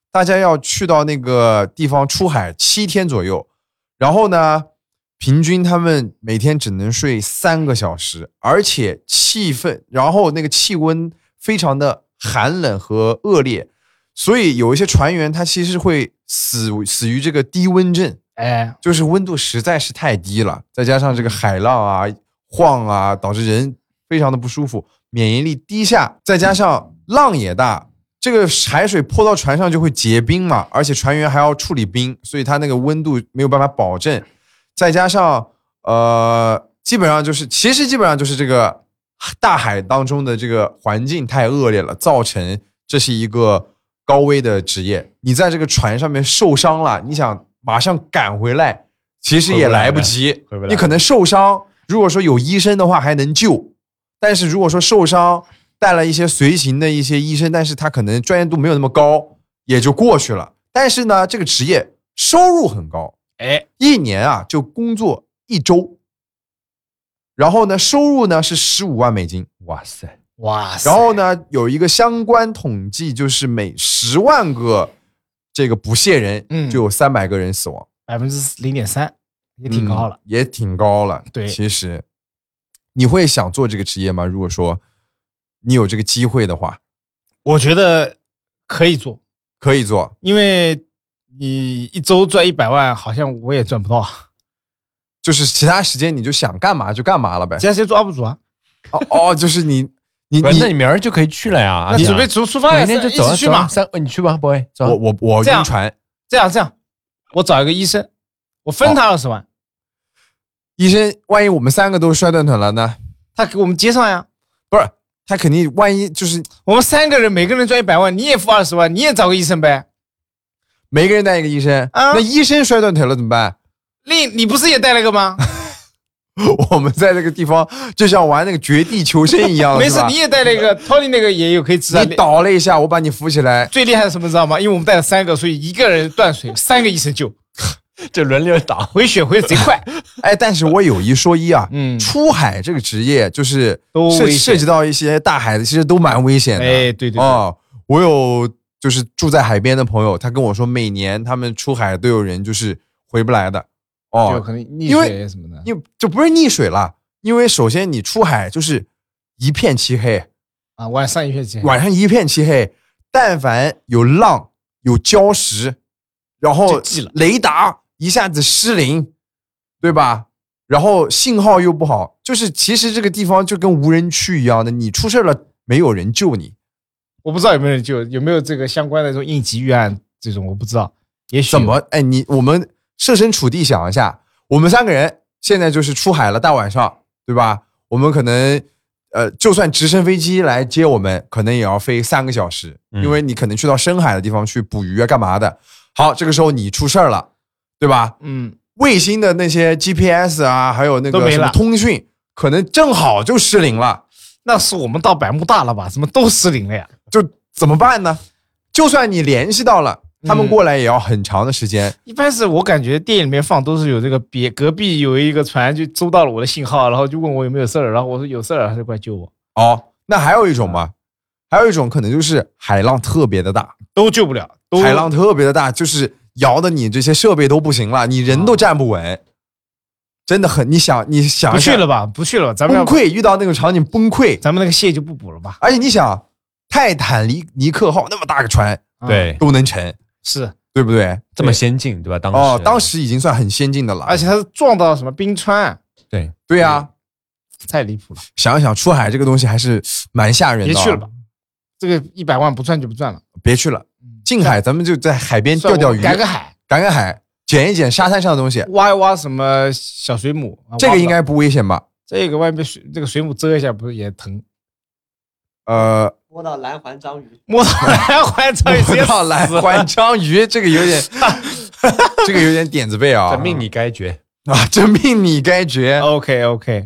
[SPEAKER 1] 大家要去到那个地方出海七天左右，然后呢，平均他们每天只能睡三个小时，而且气氛，然后那个气温非常的寒冷和恶劣，所以有一些船员他其实会死死于这个低温症，
[SPEAKER 2] 哎，
[SPEAKER 1] 就是温度实在是太低了，再加上这个海浪啊、晃啊，导致人非常的不舒服，免疫力低下，再加上浪也大。这个海水泼到船上就会结冰嘛，而且船员还要处理冰，所以它那个温度没有办法保证。再加上呃，基本上就是其实基本上就是这个大海当中的这个环境太恶劣了，造成这是一个高危的职业。你在这个船上面受伤了，你想马上赶回来，其实也来不及。你可能受伤，如果说有医生的话还能救，但是如果说受伤带了一些随行的一些医生，但是他可能专业度没有那么高，也就过去了。但是呢，这个职业收入很高，
[SPEAKER 2] 哎，
[SPEAKER 1] 一年啊就工作一周，然后呢，收入呢是十五万美金，
[SPEAKER 3] 哇塞，
[SPEAKER 2] 哇塞！
[SPEAKER 1] 然后呢，有一个相关统计，就是每十万个这个不屑人，
[SPEAKER 2] 嗯，
[SPEAKER 1] 就有三百个人死亡，
[SPEAKER 2] 百分之零点三，也挺高了、
[SPEAKER 1] 嗯，也挺高了。
[SPEAKER 2] 对，
[SPEAKER 1] 其实你会想做这个职业吗？如果说你有这个机会的话，
[SPEAKER 2] 我觉得可以做，
[SPEAKER 1] 可以做，
[SPEAKER 2] 因为你一周赚一百万，好像我也赚不到。
[SPEAKER 1] 就是其他时间你就想干嘛就干嘛了呗。
[SPEAKER 2] 其他时间做 U P 主啊。
[SPEAKER 1] 哦哦，就是你你
[SPEAKER 3] 你那你明儿就可以去了呀。
[SPEAKER 2] 那准备出出发呀，
[SPEAKER 3] 明天就走
[SPEAKER 2] 一起去嘛。
[SPEAKER 3] 三，你去吧 ，boy。
[SPEAKER 1] 我我我晕船。
[SPEAKER 2] 这样这样，我找一个医生，我分他二十万。
[SPEAKER 1] 医生，万一我们三个都摔断腿了呢？
[SPEAKER 2] 他给我们接上呀。
[SPEAKER 1] 不是。他肯定万一就是
[SPEAKER 2] 我们三个人每个人赚一百万，你也付二十万，你也找个医生呗。
[SPEAKER 1] 每个人带一个医生，啊、那医生摔断腿了怎么办？
[SPEAKER 2] 另你不是也带了一个吗？
[SPEAKER 1] 我们在这个地方就像玩那个绝地求生一样，
[SPEAKER 2] 没事，你也带了一个 Tony 那个也有可以治啊。
[SPEAKER 1] 你倒了一下，我把你扶起来。
[SPEAKER 2] 最厉害的什么知道吗？因为我们带了三个，所以一个人断水，三个医生救。
[SPEAKER 3] 这轮流打，
[SPEAKER 2] 回血回的贼快。
[SPEAKER 1] 哎，但是我有一说一啊，
[SPEAKER 2] 嗯，
[SPEAKER 1] 出海这个职业就是
[SPEAKER 2] 都
[SPEAKER 1] 涉涉及到一些大海的，其实都蛮危险的。
[SPEAKER 2] 哎，对对对。
[SPEAKER 1] 哦，我有就是住在海边的朋友，他跟我说，每年他们出海都有人就是回不来的。哦，
[SPEAKER 2] 就可能溺水什么的。
[SPEAKER 1] 因为就不是溺水了，因为首先你出海就是一片漆黑
[SPEAKER 2] 啊，晚上一片漆黑，
[SPEAKER 1] 晚上一片漆黑，但凡有浪有礁石，然后雷达一下子失灵，对吧？然后信号又不好，就是其实这个地方就跟无人区一样的，你出事了没有人救你。
[SPEAKER 2] 我不知道有没有人救，有没有这个相关的这种应急预案这种我不知道。也许
[SPEAKER 1] 怎么？哎，你我们设身处地想一下，我们三个人现在就是出海了，大晚上，对吧？我们可能呃，就算直升飞机来接我们，可能也要飞三个小时，
[SPEAKER 3] 嗯、
[SPEAKER 1] 因为你可能去到深海的地方去捕鱼啊，干嘛的。好，这个时候你出事儿了。对吧？
[SPEAKER 2] 嗯，
[SPEAKER 1] 卫星的那些 G P S 啊，还有那个什么通讯，可能正好就失灵了。
[SPEAKER 2] 那是我们到百慕大了吧？怎么都失灵了呀？
[SPEAKER 1] 就怎么办呢？就算你联系到了，他们过来也要很长的时间。嗯、
[SPEAKER 2] 一般是我感觉电影里面放都是有这个别隔壁有一个船就收到了我的信号，然后就问我有没有事儿，然后我说有事儿，他就过来救我。
[SPEAKER 1] 哦，那还有一种嘛，还有一种可能就是海浪特别的大，
[SPEAKER 2] 都救不了。都
[SPEAKER 1] 海浪特别的大，就是。摇的你这些设备都不行了，你人都站不稳，啊、真的很。你想，你想
[SPEAKER 2] 不去了吧？不去了，咱们
[SPEAKER 1] 崩溃，遇到那种场景崩溃，
[SPEAKER 2] 咱们那个蟹就不补了吧？
[SPEAKER 1] 而且你想，泰坦尼尼克号那么大个船，
[SPEAKER 3] 对，
[SPEAKER 1] 都能沉，
[SPEAKER 2] 是
[SPEAKER 1] 对不对？
[SPEAKER 3] 这么先进，对吧？当时
[SPEAKER 1] 哦，当时已经算很先进的了，
[SPEAKER 2] 而且它是撞到什么冰川，
[SPEAKER 3] 对
[SPEAKER 1] 对呀、啊，
[SPEAKER 2] 太离谱了。
[SPEAKER 1] 想想出海这个东西还是蛮吓人的、啊，
[SPEAKER 2] 别去了吧，这个一百万不赚就不赚了，
[SPEAKER 1] 别去了。近海，咱们就在海边钓钓鱼，
[SPEAKER 2] 赶个海，
[SPEAKER 1] 赶赶海，捡一捡沙滩上的东西，
[SPEAKER 2] 挖一挖什么小水母。
[SPEAKER 1] 这个应该不危险吧？
[SPEAKER 2] 这个外面水这个水母蛰一下，不是也疼？
[SPEAKER 1] 呃，
[SPEAKER 4] 摸到蓝环章鱼，
[SPEAKER 2] 摸到蓝环章鱼，
[SPEAKER 1] 摸到蓝环章鱼，这个有点，这个有点点子背啊！
[SPEAKER 3] 这命你该绝
[SPEAKER 1] 啊！这命你该绝。
[SPEAKER 2] OK OK，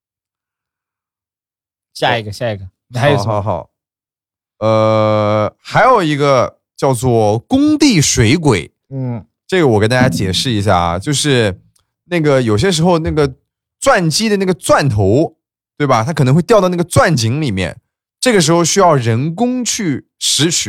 [SPEAKER 2] 下一个下一个，你还有什么？
[SPEAKER 1] 好好好。呃，还有一个叫做工地水鬼，
[SPEAKER 2] 嗯，
[SPEAKER 1] 这个我跟大家解释一下啊，就是那个有些时候那个钻机的那个钻头，对吧？它可能会掉到那个钻井里面，这个时候需要人工去拾取，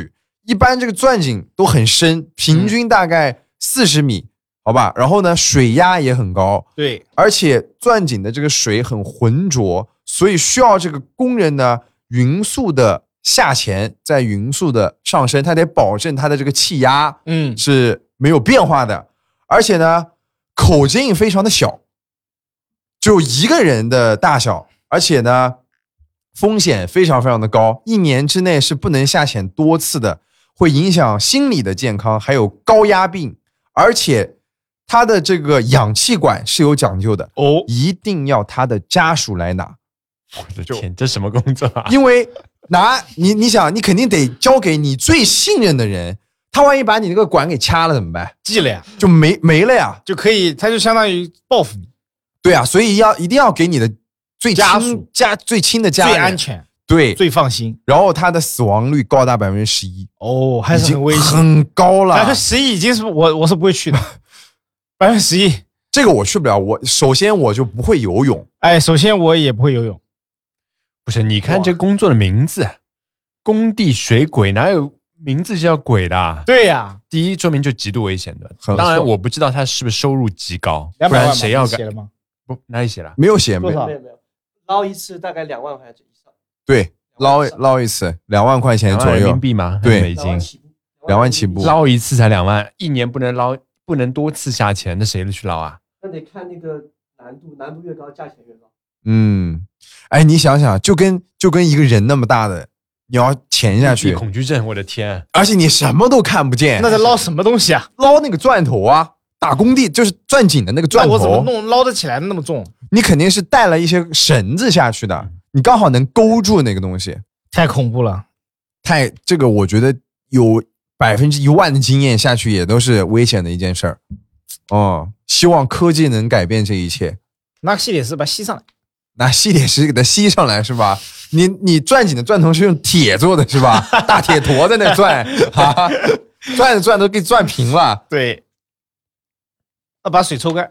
[SPEAKER 1] 一般这个钻井都很深，平均大概四十米，好吧？然后呢，水压也很高，
[SPEAKER 2] 对，
[SPEAKER 1] 而且钻井的这个水很浑浊，所以需要这个工人呢匀速的下潜，再匀速的上升，他得保证他的这个气压
[SPEAKER 2] 嗯
[SPEAKER 1] 是没有变化的，而且呢，口径非常的小，只有一个人的大小，而且呢，风险非常非常的高，一年之内是不能下潜多次的，会影响心理的健康，还有高压病，而且他的这个氧气管是有讲究的
[SPEAKER 2] 哦，
[SPEAKER 1] 一定要他的家属来拿，
[SPEAKER 3] 我的天，这什么工作啊？
[SPEAKER 1] 因为拿你你想，你肯定得交给你最信任的人，他万一把你那个管给掐了怎么办？
[SPEAKER 2] 记了呀，
[SPEAKER 1] 就没没了呀，
[SPEAKER 2] 就可以，他就相当于报复你，
[SPEAKER 1] 对啊，所以要一定要给你的最
[SPEAKER 2] 家
[SPEAKER 1] 亲
[SPEAKER 2] 属
[SPEAKER 1] 家最亲的家
[SPEAKER 2] 最
[SPEAKER 1] 人
[SPEAKER 2] 安全、
[SPEAKER 1] 对，
[SPEAKER 2] 最放心。
[SPEAKER 1] 然后他的死亡率高达百分之十一，
[SPEAKER 2] 哦，还
[SPEAKER 1] 已经
[SPEAKER 2] 是很危险。
[SPEAKER 1] 很高了。
[SPEAKER 2] 百分之十一已经是我我是不会去的，百分之十一。
[SPEAKER 1] 这个我去不了，我首先我就不会游泳，
[SPEAKER 2] 哎，首先我也不会游泳。
[SPEAKER 3] 不是，你看这工作的名字，工地水鬼哪有名字叫鬼的啊？
[SPEAKER 2] 对呀，
[SPEAKER 3] 第一，说明就极度危险的。
[SPEAKER 1] 很
[SPEAKER 3] 当然，
[SPEAKER 1] 错
[SPEAKER 3] 我不知道他是不是收入极高，不
[SPEAKER 2] 两百万吧
[SPEAKER 3] 然谁要干？
[SPEAKER 2] 你写了吗？
[SPEAKER 3] 不，哪里写了？
[SPEAKER 1] 没有写没
[SPEAKER 2] 多少
[SPEAKER 4] 没有没有，捞一次大概两万块钱以上，
[SPEAKER 1] 对，捞捞一次两万块钱
[SPEAKER 3] 两万人
[SPEAKER 1] 左右
[SPEAKER 3] 民币吗？
[SPEAKER 1] 对
[SPEAKER 3] 还是美金
[SPEAKER 4] 两万起步，
[SPEAKER 1] 两万起步
[SPEAKER 3] 捞一次才两万，一年不能捞，不能多次下潜，那谁去捞啊？
[SPEAKER 4] 那得看那个难度，难度越高，价钱越高。
[SPEAKER 1] 嗯，哎，你想想，就跟就跟一个人那么大的，你要潜下
[SPEAKER 3] 密
[SPEAKER 1] 去
[SPEAKER 3] 闭，恐惧症，我的天！
[SPEAKER 1] 而且你什么都看不见，
[SPEAKER 2] 那在捞什么东西啊？
[SPEAKER 1] 捞那个钻头啊，打工地就是钻井的那个钻
[SPEAKER 2] 那我怎么
[SPEAKER 1] 头，
[SPEAKER 2] 弄捞得起来那么重？
[SPEAKER 1] 你肯定是带了一些绳子下去的，你刚好能勾住那个东西。
[SPEAKER 2] 太恐怖了。
[SPEAKER 1] 太这个，我觉得有百分之一万的经验下去也都是危险的一件事儿。哦，希望科技能改变这一切。
[SPEAKER 2] 拿个吸铁石把它吸上来。
[SPEAKER 1] 拿吸铁石给它吸上来是吧？你你钻井的钻头是用铁做的是吧？大铁坨在那钻啊，钻的钻都给钻平了。
[SPEAKER 2] 对。要把水抽干，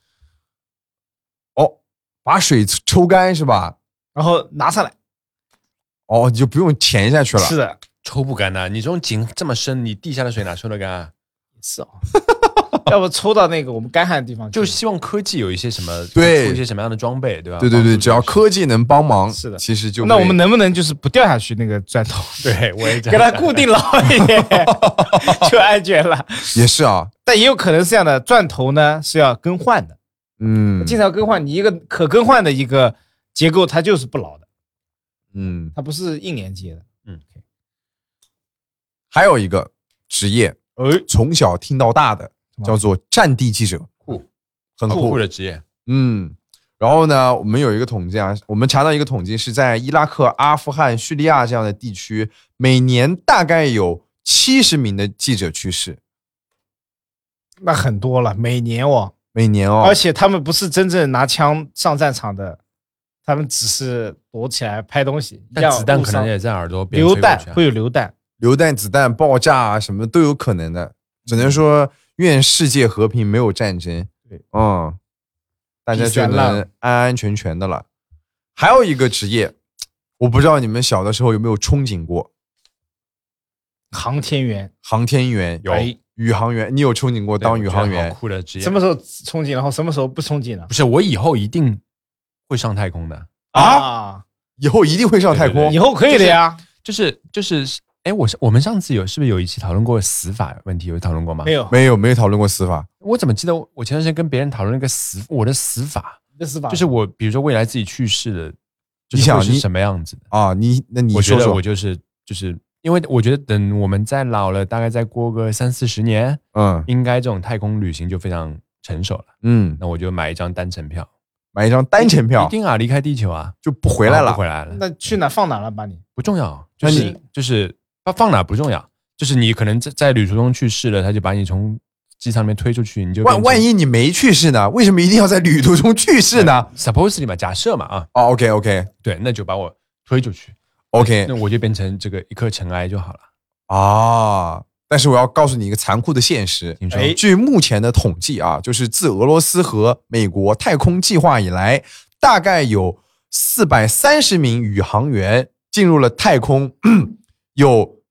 [SPEAKER 1] 哦，把水抽干是吧？
[SPEAKER 2] 然后拿上来。
[SPEAKER 1] 哦，你就不用潜下去了。
[SPEAKER 2] 是的，
[SPEAKER 3] 抽不干的，你这种井这么深，你地下的水哪抽得干啊？
[SPEAKER 2] 是哦。要不抽到那个我们干旱的地方去，
[SPEAKER 3] 就希望科技有一些什么，
[SPEAKER 1] 对
[SPEAKER 3] 出一些什么样的装备，对吧？
[SPEAKER 1] 对对对，只要科技能帮忙，
[SPEAKER 2] 是的
[SPEAKER 1] 其实就
[SPEAKER 2] 那我们能不能就是不掉下去那个钻头？
[SPEAKER 3] 对我也这
[SPEAKER 2] 给
[SPEAKER 3] 样
[SPEAKER 2] 它固定牢一点，就安全了。
[SPEAKER 1] 也是啊，
[SPEAKER 2] 但也有可能是这样的，钻头呢是要更换的，
[SPEAKER 1] 嗯，
[SPEAKER 2] 经常更换。你一个可更换的一个结构，它就是不牢的，
[SPEAKER 1] 嗯，
[SPEAKER 2] 它不是硬连接的。
[SPEAKER 3] 嗯，
[SPEAKER 1] 还有一个职业，
[SPEAKER 2] 哎，
[SPEAKER 1] 从小听到大的，叫做战地记者，
[SPEAKER 3] 酷，
[SPEAKER 1] 很
[SPEAKER 3] 酷酷
[SPEAKER 1] 酷
[SPEAKER 3] 的职业。
[SPEAKER 1] 嗯，然后呢，我们有一个统计啊，我们查到一个统计是在伊拉克、阿富汗、叙利亚这样的地区，每年大概有七十名的记者去世，
[SPEAKER 2] 那很多了，每年哦，
[SPEAKER 1] 每年哦，
[SPEAKER 2] 而且他们不是真正拿枪上战场的，他们只是躲起来拍东西，
[SPEAKER 3] 但子弹
[SPEAKER 2] 让
[SPEAKER 3] 可能也在耳朵边
[SPEAKER 2] 流
[SPEAKER 3] 飞过去啊
[SPEAKER 2] 弹会有流弹。
[SPEAKER 1] 流弹、子弹、爆炸啊，什么都有可能的，只能说愿世界和平，没有战争。
[SPEAKER 2] 对，
[SPEAKER 1] 嗯，大家就
[SPEAKER 2] Peace and
[SPEAKER 1] 能
[SPEAKER 2] love
[SPEAKER 1] 安安全全的了。还有一个职业，我不知道你们小的时候有没有憧憬过，
[SPEAKER 2] 航天员
[SPEAKER 1] 航天员
[SPEAKER 3] 有
[SPEAKER 2] 哎
[SPEAKER 1] 宇航员，你有憧憬过当宇航员
[SPEAKER 3] 对我觉得好？酷的职业。
[SPEAKER 2] 什么时候憧憬，然后什么时候不憧憬呢
[SPEAKER 3] 不？是我以后一定会上太空的，
[SPEAKER 2] 啊，
[SPEAKER 1] 以后一定会上太空。
[SPEAKER 3] 对对对
[SPEAKER 2] 以后可以的呀。
[SPEAKER 3] 就是就是，哎，我是我们上次有是不是有一期讨论过死法问题？有讨论过吗？
[SPEAKER 2] 没。有，
[SPEAKER 1] 没有没有讨论过死法。
[SPEAKER 3] 我怎么记得我前段时间跟别人讨论那个死我的死法，
[SPEAKER 2] 这是吧？
[SPEAKER 3] 就是我比如说未来自己去世的，就
[SPEAKER 1] 你想你
[SPEAKER 3] 是会是什么样子的？
[SPEAKER 1] 啊，你那你
[SPEAKER 3] 我觉
[SPEAKER 1] 说说，
[SPEAKER 3] 得我就是就是因为我觉得等我们再老了，大概再过个三四十年，
[SPEAKER 1] 嗯
[SPEAKER 3] 应该这种太空旅行就非常成熟了。
[SPEAKER 1] 嗯，
[SPEAKER 3] 那我就买一张单程票，
[SPEAKER 1] 买一张单程票
[SPEAKER 3] 一定啊，离开地球啊，
[SPEAKER 1] 就不回来了
[SPEAKER 3] 啊不。回来了，
[SPEAKER 2] 那去哪放哪了？把你
[SPEAKER 3] 不重要，就是
[SPEAKER 1] 那你
[SPEAKER 3] 就是放放哪不重要，就是你可能在在旅途中去世了，他就把你从机舱里面推出去，你就
[SPEAKER 1] 万万一你没去世呢？为什么一定要在旅途中去世呢？
[SPEAKER 3] supposedly 嘛，假设嘛啊，
[SPEAKER 1] 哦，OK OK
[SPEAKER 3] 对，那就把我推出去
[SPEAKER 1] OK
[SPEAKER 3] 那我就变成这个一颗尘埃就好了。
[SPEAKER 1] 啊！但是我要告诉你一个残酷的现实，
[SPEAKER 3] 你说
[SPEAKER 2] 哎
[SPEAKER 1] 据目前的统计啊，就是自俄罗斯和美国太空计划以来，大概有四百三十名宇航员进入了太空，有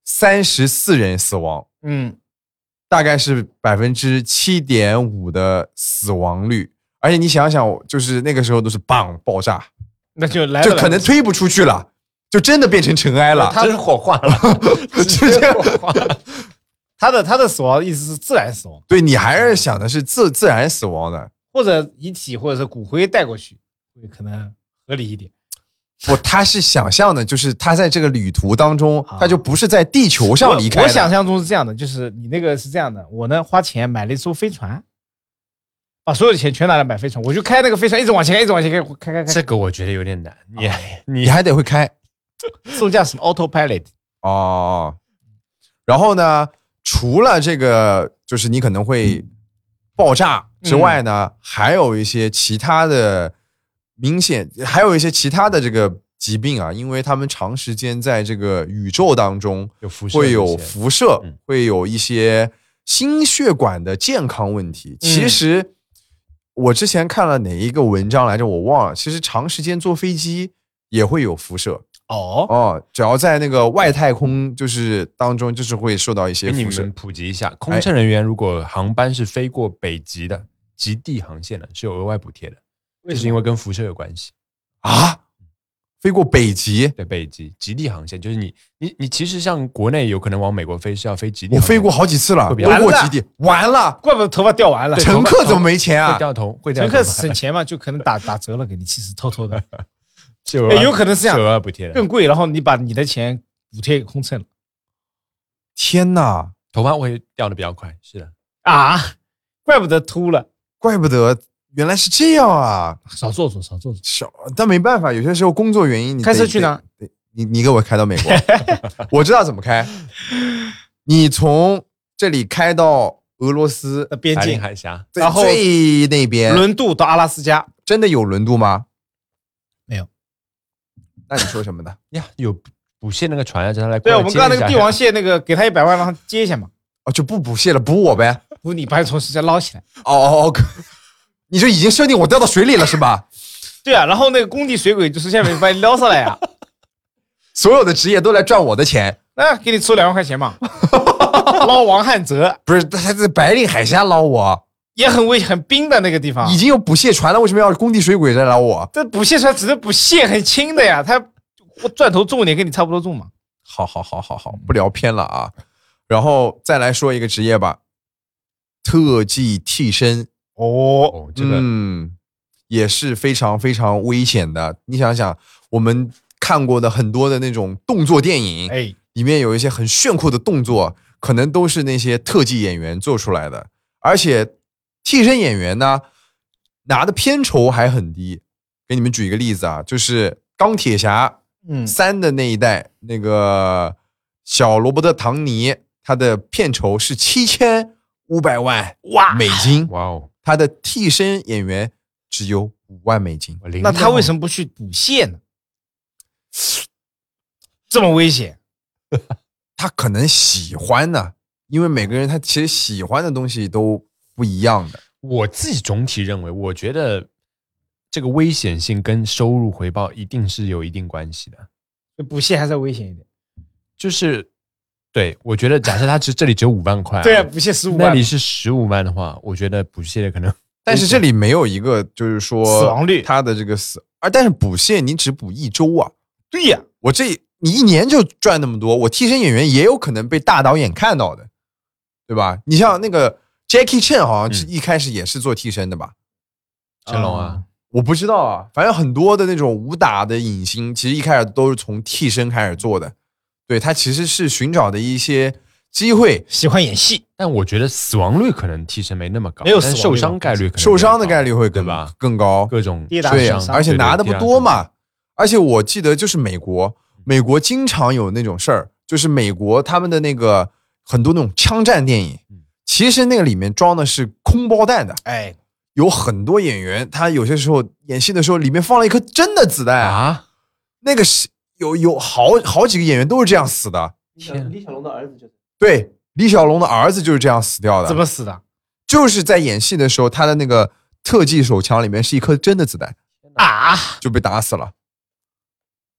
[SPEAKER 1] 三十四人死亡，
[SPEAKER 2] 嗯，
[SPEAKER 1] 大概是百分之七点五的死亡率。而且你想想，就是那个时候都是棒爆炸，
[SPEAKER 2] 那就来
[SPEAKER 1] 就可能推不出去了，就真的变成尘埃了。
[SPEAKER 3] 它是火化了，
[SPEAKER 1] 直接
[SPEAKER 3] 火化了。
[SPEAKER 2] 他的他的死亡意思是自然死亡，
[SPEAKER 1] 对你还是想的是自自然死亡的，
[SPEAKER 2] 或者遗体或者是骨灰带过去，会可能合理一点。
[SPEAKER 1] 不，他是想象的，就是他在这个旅途当中，他就不是在地球上离开的。
[SPEAKER 2] 我, 我想象中是这样的，就是你那个是这样的，我呢花钱买了一艘飞船，把所有的钱全拿来买飞船，我就开那个飞船一直往前开，一直往前开，开开开。
[SPEAKER 3] 这个我觉得有点难，你、哦、
[SPEAKER 1] 你还得会开，
[SPEAKER 2] 自动驾驶 autopilot
[SPEAKER 1] 哦。然后呢，除了这个，就是你可能会爆炸之外呢，嗯、还有一些其他的明显，还有一些其他的这个疾病啊，因为他们长时间在这个宇宙当中
[SPEAKER 3] 有辐射，
[SPEAKER 1] 会有辐射，嗯、会有一些心血管的健康问题。嗯、其实我之前看了哪一个文章来着，我忘了。其实长时间坐飞机也会有辐射。
[SPEAKER 2] 哦
[SPEAKER 1] 哦，只要在那个外太空就是当中，就是会受到一些辐射。
[SPEAKER 3] 给你们普及一下，空乘人员如果航班是飞过北极的极地航线的，是有额外补贴的，就是因为跟辐射有关系
[SPEAKER 1] 啊。飞过北极，
[SPEAKER 3] 对，北极极地航线，就是你你你其实像国内有可能往美国飞是要飞极地航线，
[SPEAKER 1] 我飞过好几次了，飞过极地，完了，
[SPEAKER 2] 怪不得头发掉完了。
[SPEAKER 1] 乘客怎么没钱啊？
[SPEAKER 3] 会掉头，会掉头。
[SPEAKER 2] 乘客省钱嘛，就可能打打折了给你，其实偷偷的。
[SPEAKER 3] 有
[SPEAKER 2] 有可能是这样，
[SPEAKER 3] 额外补贴
[SPEAKER 2] 更贵，然后你把你的钱补贴给空乘了。
[SPEAKER 1] 天哪，
[SPEAKER 3] 头发会掉的比较快，是的
[SPEAKER 2] 啊，怪不得秃了，
[SPEAKER 1] 怪不得原来是这样啊！
[SPEAKER 2] 少做做，少做做，
[SPEAKER 1] 少，但没办法，有些时候工作原因，你
[SPEAKER 2] 开车去哪？
[SPEAKER 1] 你你给我开到美国，我知道怎么开。你从这里开到俄罗斯
[SPEAKER 2] 的边境
[SPEAKER 3] 海峡，
[SPEAKER 1] 然后最那边
[SPEAKER 2] 轮渡到阿拉斯加，
[SPEAKER 1] 真的有轮渡吗？
[SPEAKER 2] 没有。
[SPEAKER 1] 那你说什么的
[SPEAKER 3] 呀？有补蟹那个船啊，叫他来。
[SPEAKER 2] 对，我们刚刚那个帝王蟹，那个给他一百万，让他接一下嘛。
[SPEAKER 1] 哦，就不补蟹了，补我呗。
[SPEAKER 2] 补你，把你从水下捞起来。
[SPEAKER 1] 哦哦哦，你就已经设定我掉到水里了是吧？
[SPEAKER 2] 对啊，然后那个工地水鬼就是下面把你捞上来呀、啊。
[SPEAKER 1] 所有的职业都来赚我的钱，
[SPEAKER 2] 那、啊、给你出两万块钱嘛。捞王汉泽
[SPEAKER 1] 不是他在白令海峡捞我。
[SPEAKER 2] 也很危很冰的那个地方，
[SPEAKER 1] 已经有捕蟹船了，为什么要工地水鬼来捞我？
[SPEAKER 2] 这捕蟹船只是捕蟹很轻的呀，他钻头重一点，跟你差不多重嘛。
[SPEAKER 1] 好好好好好，不聊偏了啊。然后再来说一个职业吧，特技替身。
[SPEAKER 3] 哦，这个
[SPEAKER 1] 嗯，也是非常非常危险的。你想想，我们看过的很多的那种动作电影，
[SPEAKER 2] 哎，
[SPEAKER 1] 里面有一些很炫酷的动作，可能都是那些特技演员做出来的，而且。替身演员呢，拿的片酬还很低。给你们举一个例子啊，就是钢铁侠三的那一代，嗯、那个小罗伯特·唐尼，他的片酬是七千五百万哇美金，
[SPEAKER 3] 哇哦，
[SPEAKER 1] 他的替身演员只有五万美金。
[SPEAKER 2] 那他为什么不去捕蟹呢？这么危险？
[SPEAKER 1] 他可能喜欢呢，因为每个人他其实喜欢的东西都。不一样的，
[SPEAKER 3] 我自己总体认为，我觉得这个危险性跟收入回报一定是有一定关系的。
[SPEAKER 2] 捕蟹还是危险一点，
[SPEAKER 3] 就是对我觉得，假设他只这里只有五万块、啊，
[SPEAKER 2] 对啊，捕蟹十五万，
[SPEAKER 3] 那里是十五万的话，我觉得捕蟹的可能，
[SPEAKER 1] 但是这里没有一个就是说
[SPEAKER 2] 死亡率，
[SPEAKER 1] 他的这个死，而但是捕蟹你只捕一周啊，
[SPEAKER 2] 对呀、啊，
[SPEAKER 1] 我这你一年就赚那么多，我替身演员也有可能被大导演看到的，对吧？你像那个。Jackie Chan 好像一开始也是做替身的吧？
[SPEAKER 3] 成龙啊，
[SPEAKER 1] 我不知道啊。反正很多的那种武打的影星，其实一开始都是从替身开始做的。对，他其实是寻找的一些机会，
[SPEAKER 2] 喜欢演戏。
[SPEAKER 3] 但我觉得死亡率可能替身没那么高，
[SPEAKER 2] 没有死亡率
[SPEAKER 3] 受伤概率可能
[SPEAKER 1] 受伤的概率会更
[SPEAKER 3] 吧
[SPEAKER 1] 更高，
[SPEAKER 3] 各种
[SPEAKER 2] 跌打
[SPEAKER 1] 对
[SPEAKER 2] 损伤，
[SPEAKER 1] 而且拿的不多嘛。而且我记得就是美国，美国经常有那种事儿，就是美国他们的那个很多那种枪战电影。其实那个里面装的是空包弹的，
[SPEAKER 2] 哎，
[SPEAKER 1] 有很多演员，他有些时候演戏的时候，里面放了一颗真的子弹
[SPEAKER 3] 啊。
[SPEAKER 1] 那个是有有好好几个演员都是这样死的。
[SPEAKER 4] 李小龙的儿子就是。
[SPEAKER 1] 对，李小龙的儿子就是这样死掉的。
[SPEAKER 2] 怎么死的？
[SPEAKER 1] 就是在演戏的时候，他的那个特技手枪里面是一颗真的子弹
[SPEAKER 2] 啊，
[SPEAKER 1] 就被打死了。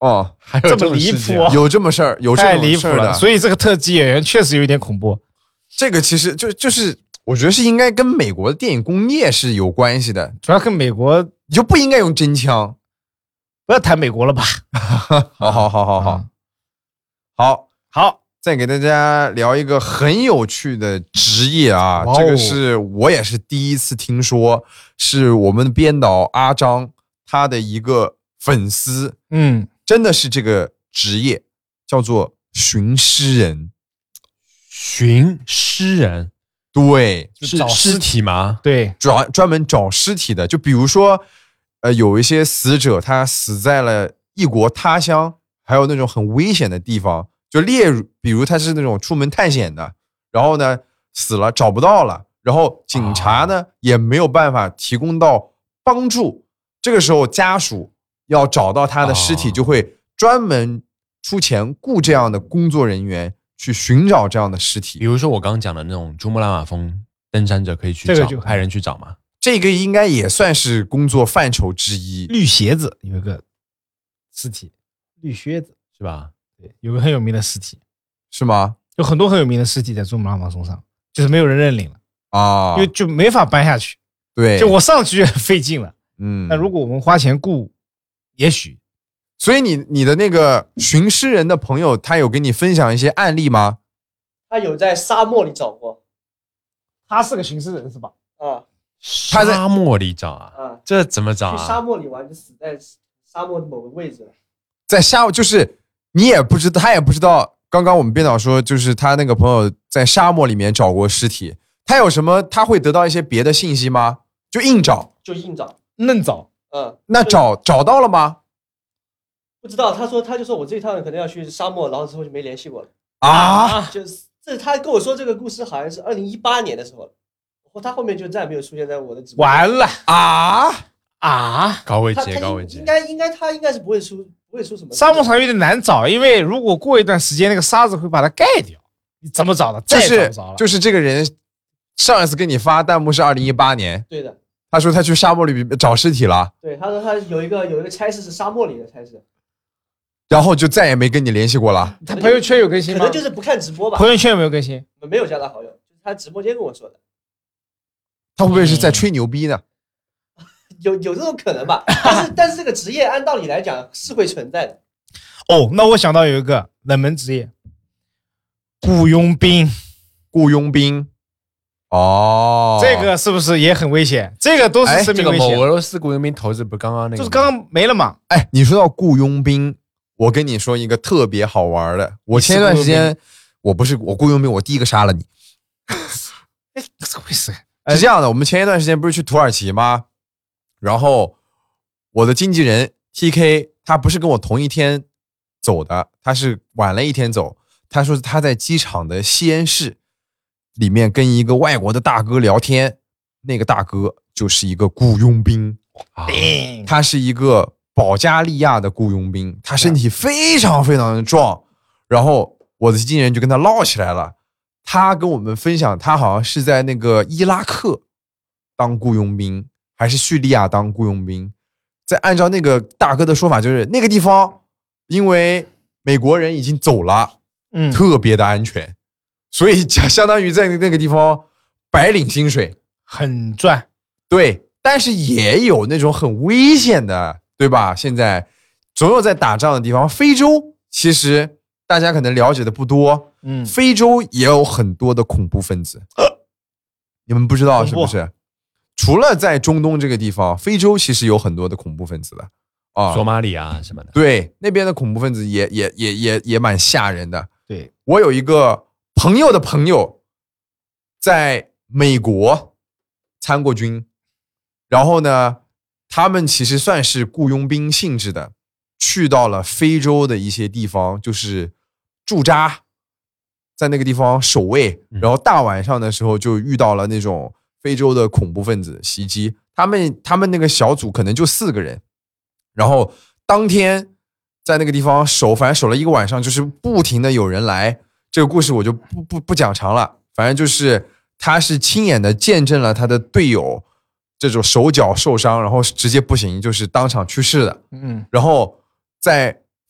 [SPEAKER 1] 哦，
[SPEAKER 3] 还有
[SPEAKER 2] 这么离谱、啊，
[SPEAKER 1] 有这么事儿，有这
[SPEAKER 2] 太离谱了。
[SPEAKER 1] 种事儿的。
[SPEAKER 2] 所以这个特技演员确实有点恐怖。
[SPEAKER 1] 这个其实就就是我觉得是应该跟美国的电影工业是有关系的，
[SPEAKER 2] 主要跟美国
[SPEAKER 1] 你就不应该用真枪。
[SPEAKER 2] 不要谈美国了吧？
[SPEAKER 1] 好好好好好、嗯、好
[SPEAKER 2] 好，
[SPEAKER 1] 再给大家聊一个很有趣的职业啊，
[SPEAKER 2] 哦、
[SPEAKER 1] 这个是我也是第一次听说，是我们编导阿张他的一个粉丝，
[SPEAKER 2] 嗯，
[SPEAKER 1] 真的是这个职业叫做寻尸人。
[SPEAKER 3] 寻尸人，
[SPEAKER 1] 对，
[SPEAKER 3] 是找尸体吗？
[SPEAKER 2] 对，
[SPEAKER 1] 专专门找尸体的，就比如说。呃，有一些死者他死在了异国他乡，还有那种很危险的地方，就例如，比如他是那种出门探险的，然后呢死了找不到了，然后警察呢、哦、也没有办法提供到帮助，这个时候家属要找到他的尸体，就会专门出钱雇这样的工作人员去寻找这样的尸体。
[SPEAKER 3] 比如说我刚刚讲的那种珠穆朗玛峰登山者可以去找，
[SPEAKER 2] 这个就
[SPEAKER 3] 派人去找吗？
[SPEAKER 1] 这个应该也算是工作范畴之一。
[SPEAKER 2] 绿鞋子有一个尸体，绿靴子
[SPEAKER 3] 是吧？
[SPEAKER 2] 对，有个很有名的尸体，
[SPEAKER 1] 是吗？
[SPEAKER 2] 有很多很有名的尸体在珠穆朗玛峰上，就是没有人认领了
[SPEAKER 1] 啊，
[SPEAKER 2] 因为就没法搬下去。
[SPEAKER 1] 对，
[SPEAKER 2] 就我上去就很费劲了。
[SPEAKER 1] 嗯，
[SPEAKER 2] 那如果我们花钱雇，也许。
[SPEAKER 1] 所以你你的那个寻尸人的朋友，他有跟你分享一些案例吗？
[SPEAKER 4] 他有在沙漠里找过。
[SPEAKER 2] 他是个寻尸人是吧？
[SPEAKER 4] 啊。
[SPEAKER 3] 他在沙漠里找啊？
[SPEAKER 4] 啊，
[SPEAKER 3] 这怎么找啊？
[SPEAKER 4] 去沙漠里玩就死在沙漠的某个位置了。
[SPEAKER 1] 在沙漠，就是你也不知道，他也不知道。刚刚我们编导说，就是他那个朋友在沙漠里面找过尸体，他有什么？他会得到一些别的信息吗？就硬找，
[SPEAKER 4] 就硬找，
[SPEAKER 2] 嫩找。
[SPEAKER 4] 嗯，
[SPEAKER 1] 那找找到了吗？
[SPEAKER 4] 不知道。他说，他就说我这一趟可能要去沙漠，然后之后就没联系过了。
[SPEAKER 1] 啊，
[SPEAKER 4] 就是这他跟我说这个故事好像是二零一八年的时候了。他后面就再也没有出现在我的直播。
[SPEAKER 2] 完了
[SPEAKER 1] 啊
[SPEAKER 2] 啊！
[SPEAKER 3] 高位截，高位截。
[SPEAKER 4] 应该应该他应该是不会出不会出什么。
[SPEAKER 2] 沙漠上有点难找，因为如果过一段时间那个沙子会把它盖掉，你怎么找的？再
[SPEAKER 1] 就是
[SPEAKER 2] 找不着了。
[SPEAKER 1] 就是这个人上一次跟你发弹幕是二零一八年。
[SPEAKER 4] 对的。
[SPEAKER 1] 他说他去沙漠里找尸体了。
[SPEAKER 4] 对，他说他有一个有一个差事是沙漠里的差事。
[SPEAKER 1] 然后就再也没跟你联系过了。
[SPEAKER 2] 他朋友圈有更新吗？
[SPEAKER 4] 可能就是不看直播吧。
[SPEAKER 2] 朋友圈有没有更新？
[SPEAKER 4] 没有加他好友，他直播间跟我说的。
[SPEAKER 1] 他会不会是在吹牛逼呢？
[SPEAKER 4] 嗯、有有这种可能吧，但是但是这个职业按道理来讲是会存在的。
[SPEAKER 2] 哦，那我想到有一个冷门职业，雇佣兵。
[SPEAKER 1] 雇佣兵，哦，
[SPEAKER 2] 这个是不是也很危险？这个都是生命危险。
[SPEAKER 3] 这个某俄罗斯雇佣兵头子不刚刚那个，
[SPEAKER 2] 就是刚刚没了嘛？
[SPEAKER 1] 哎，你说到雇佣兵，我跟你说一个特别好玩的。我前一段时间，我不是我雇佣兵，我第一个杀了你。
[SPEAKER 2] 哎，怎么回事？
[SPEAKER 1] 是这样的，我们前一段时间不是去土耳其吗？然后我的经纪人 T K 他不是跟我同一天走的，他是晚了一天走。他说他在机场的吸烟室里面跟一个外国的大哥聊天，那个大哥就是一个雇佣兵啊，他是一个保加利亚的雇佣兵，他身体非常非常的壮。然后我的经纪人就跟他唠起来了。他跟我们分享，他好像是在那个伊拉克当雇佣兵，还是叙利亚当雇佣兵。在按照那个大哥的说法，就是那个地方因为美国人已经走了，
[SPEAKER 2] 嗯，
[SPEAKER 1] 特别的安全，所以相当于在那个地方白领薪水，
[SPEAKER 2] 很赚。
[SPEAKER 1] 对，但是也有那种很危险的，对吧？现在总有在打仗的地方，非洲其实大家可能了解的不多。
[SPEAKER 2] 嗯，
[SPEAKER 1] 非洲也有很多的恐怖分子，你们不知道是不是？除了在中东这个地方，非洲其实有很多的恐怖分子的啊，
[SPEAKER 3] 索马里啊什么的。
[SPEAKER 1] 对，那边的恐怖分子也也也也也蛮吓人的。
[SPEAKER 2] 对，
[SPEAKER 1] 我有一个朋友的朋友在美国参过军，然后呢，他们其实算是雇佣兵性质的，去到了非洲的一些地方，就是驻扎。在那个地方守卫，然后大晚上的时候就遇到了那种非洲的恐怖分子袭击，他们他们那个小组可能就四个人，然后当天在那个地方守，反正守了一个晚上，就是不停的有人来。这个故事我就不不不讲长了，反正就是他是亲眼的见证了他的队友这种手脚受伤，然后直接不行，就是当场去世的。
[SPEAKER 2] 嗯，
[SPEAKER 1] 然后在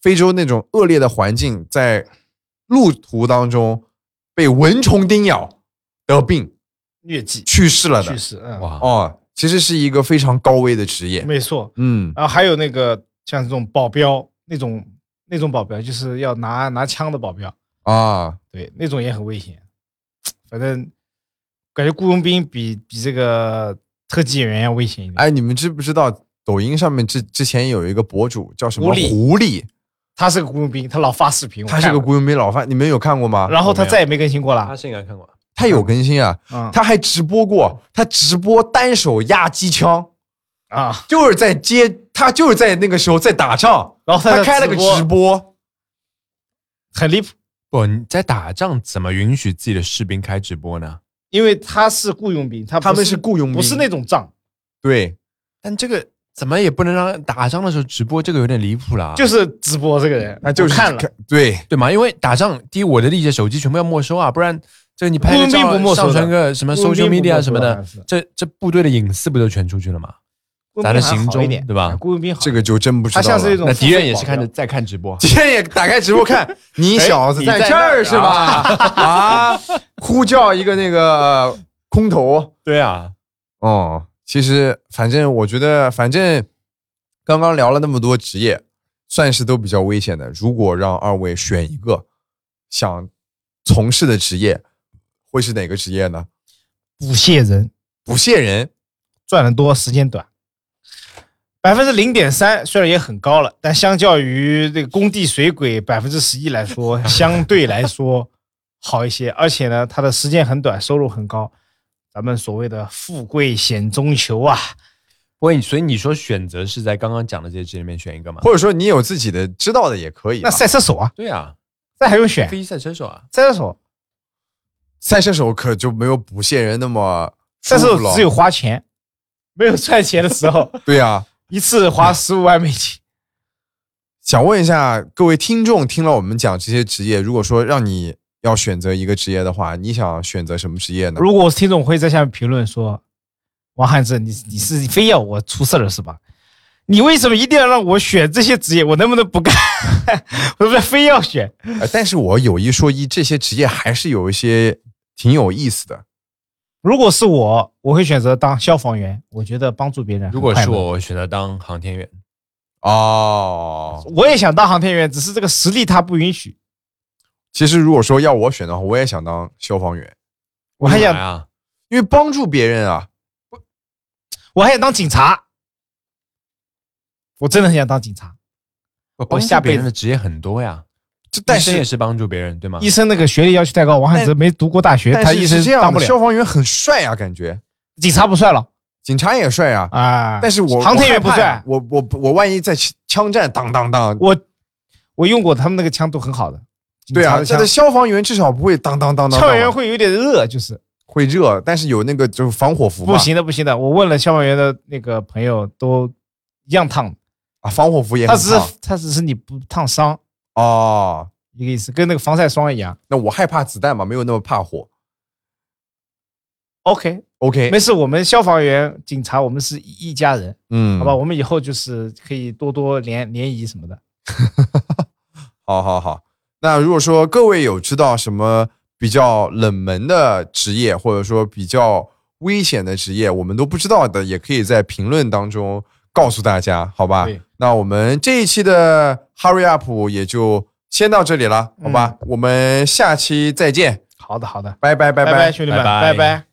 [SPEAKER 1] 非洲那种恶劣的环境，在路途当中被蚊虫叮咬得病、
[SPEAKER 2] 疟疾
[SPEAKER 1] 去世了的。
[SPEAKER 2] 去世，嗯，
[SPEAKER 3] 哇
[SPEAKER 1] 哦，其实是一个非常高危的职业。
[SPEAKER 2] 没错。
[SPEAKER 1] 嗯，
[SPEAKER 2] 然后还有那个像这种保镖，那种那种保镖就是要拿拿枪的保镖
[SPEAKER 1] 啊，
[SPEAKER 2] 对，那种也很危险。反正感觉雇佣兵比比这个特技演员要危险一点。
[SPEAKER 1] 哎，你们知不知道抖音上面之之前有一个博主叫什么
[SPEAKER 2] 狐狸
[SPEAKER 1] 狐狸，
[SPEAKER 2] 他是个雇佣兵，他老发视频，
[SPEAKER 1] 他是个雇佣兵老发，你们有看过吗？
[SPEAKER 2] 然后他再也没更新过了。
[SPEAKER 3] 他是应该看过，
[SPEAKER 1] 他有更新啊，
[SPEAKER 2] 嗯、
[SPEAKER 1] 他还直播过，他直播单手压机枪
[SPEAKER 2] 啊，
[SPEAKER 1] 就是在接，他就是在那个时候在打仗，
[SPEAKER 2] 然后他
[SPEAKER 1] 他开了个直播，
[SPEAKER 2] 很离谱。
[SPEAKER 3] 不，你在打仗怎么允许自己的士兵开直播呢？
[SPEAKER 2] 因为他是雇佣兵，他
[SPEAKER 1] 他们是雇佣兵，
[SPEAKER 2] 不是那种仗。
[SPEAKER 1] 对，
[SPEAKER 3] 但这个怎么也不能让打仗的时候直播，这个有点离谱了。
[SPEAKER 2] 就是直播这个人，
[SPEAKER 1] 那就是
[SPEAKER 2] 看了，
[SPEAKER 1] 对
[SPEAKER 3] 对嘛？因为打仗，第一，我的理解手机全部要没收啊，不然这个你拍个照上传个什么 social media 什么的，这这部队的隐私不就全出去了吗？咱的行踪对吧？
[SPEAKER 2] 雇佣兵好，
[SPEAKER 1] 这个就真不知道了。
[SPEAKER 2] 他像是一种，
[SPEAKER 3] 那敌人也是看着在看直播，
[SPEAKER 1] 敌人也打开直播看，你小子在这儿是吧？啊，呼叫一个那个空投。
[SPEAKER 3] 对啊，
[SPEAKER 1] 哦，其实反正我觉得，反正刚刚聊了那么多职业，算是都比较危险的。如果让二位选一个想从事的职业，会是哪个职业呢？
[SPEAKER 2] 捕蟹人，
[SPEAKER 1] 捕蟹人
[SPEAKER 2] 赚得多，时间短。百分之零点三虽然也很高了，但相较于这个工地水鬼百分之十一来说，相对来说好一些。而且呢，它的时间很短，收入很高。咱们所谓的富贵险中求啊。
[SPEAKER 3] 不过，所以你说选择是在刚刚讲的这些职里面选一个吗？
[SPEAKER 1] 或者说你有自己的知道的也可以。
[SPEAKER 2] 那赛车手啊，
[SPEAKER 3] 对啊，
[SPEAKER 2] 这还用选？
[SPEAKER 3] 飞机赛车手啊，
[SPEAKER 2] 赛车手，
[SPEAKER 1] 赛车手可就没有捕蟹人那么
[SPEAKER 2] 赛车手只有花钱，没有赚钱的时候。
[SPEAKER 1] 对啊。
[SPEAKER 2] 一次花十五万美金。
[SPEAKER 1] 想问一下各位听众，听了我们讲这些职业，如果说让你要选择一个职业的话，你想选择什么职业呢？
[SPEAKER 2] 如果我是听众，我会在下面评论说：“王汉志，你你是非要我出事了是吧？你为什么一定要让我选这些职业？我能不能不干？我是不是非要选？”
[SPEAKER 1] 呃，但是我有一说一，这些职业还是有一些挺有意思的。
[SPEAKER 2] 如果是我，我会选择当消防员，我觉得帮助别人。
[SPEAKER 3] 如果是我，我选择当航天员。
[SPEAKER 1] 哦，
[SPEAKER 2] 我也想当航天员，只是这个实力他不允许。
[SPEAKER 1] 其实如果说要我选的话，我也想当消防员。
[SPEAKER 2] 我还想
[SPEAKER 3] 啊，
[SPEAKER 1] 因为帮助别人啊。
[SPEAKER 2] 我还想当警察，我真的很想当警察。
[SPEAKER 3] 我下别人的职业很多呀。
[SPEAKER 1] 但是
[SPEAKER 3] 医生也是帮助别人，对吗？
[SPEAKER 2] 医生那个学历要求太高，王汉哲没读过大学，他医生当不了。
[SPEAKER 1] 消防员很帅啊，感觉。
[SPEAKER 2] 警察不帅了，
[SPEAKER 1] 警察也帅啊
[SPEAKER 2] 啊！
[SPEAKER 1] 但是我
[SPEAKER 2] 航天员不帅，
[SPEAKER 1] 我我我万一在枪战当当当，
[SPEAKER 2] 我我用过他们那个枪都很好的。
[SPEAKER 1] 对啊，这个消防员至少不会当当当当。
[SPEAKER 2] 消防员会有点热，就是
[SPEAKER 1] 会热，但是有那个就是防火服。
[SPEAKER 2] 不行的，不行的。我问了消防员的那个朋友，都一样烫
[SPEAKER 1] 啊，防火服也很烫。
[SPEAKER 2] 他只是他只是你不烫伤
[SPEAKER 1] 哦。
[SPEAKER 2] 一个意思，跟那个防晒霜一样。
[SPEAKER 1] 那我害怕子弹嘛，没有那么怕火。
[SPEAKER 2] OK
[SPEAKER 1] OK，
[SPEAKER 2] 没事，我们消防员、警察，我们是一家人，
[SPEAKER 1] 嗯，
[SPEAKER 2] 好吧，我们以后就是可以多多联联谊什么的。
[SPEAKER 1] 好好好，那如果说各位有知道什么比较冷门的职业，或者说比较危险的职业，我们都不知道的，也可以在评论当中告诉大家，好吧？那我们这一期的 Hurry Up 也就先到这里了，好吧？嗯、我们下期再见。
[SPEAKER 2] 好的，好的，
[SPEAKER 1] 拜拜拜
[SPEAKER 2] 拜拜，兄弟们，拜拜。拜拜。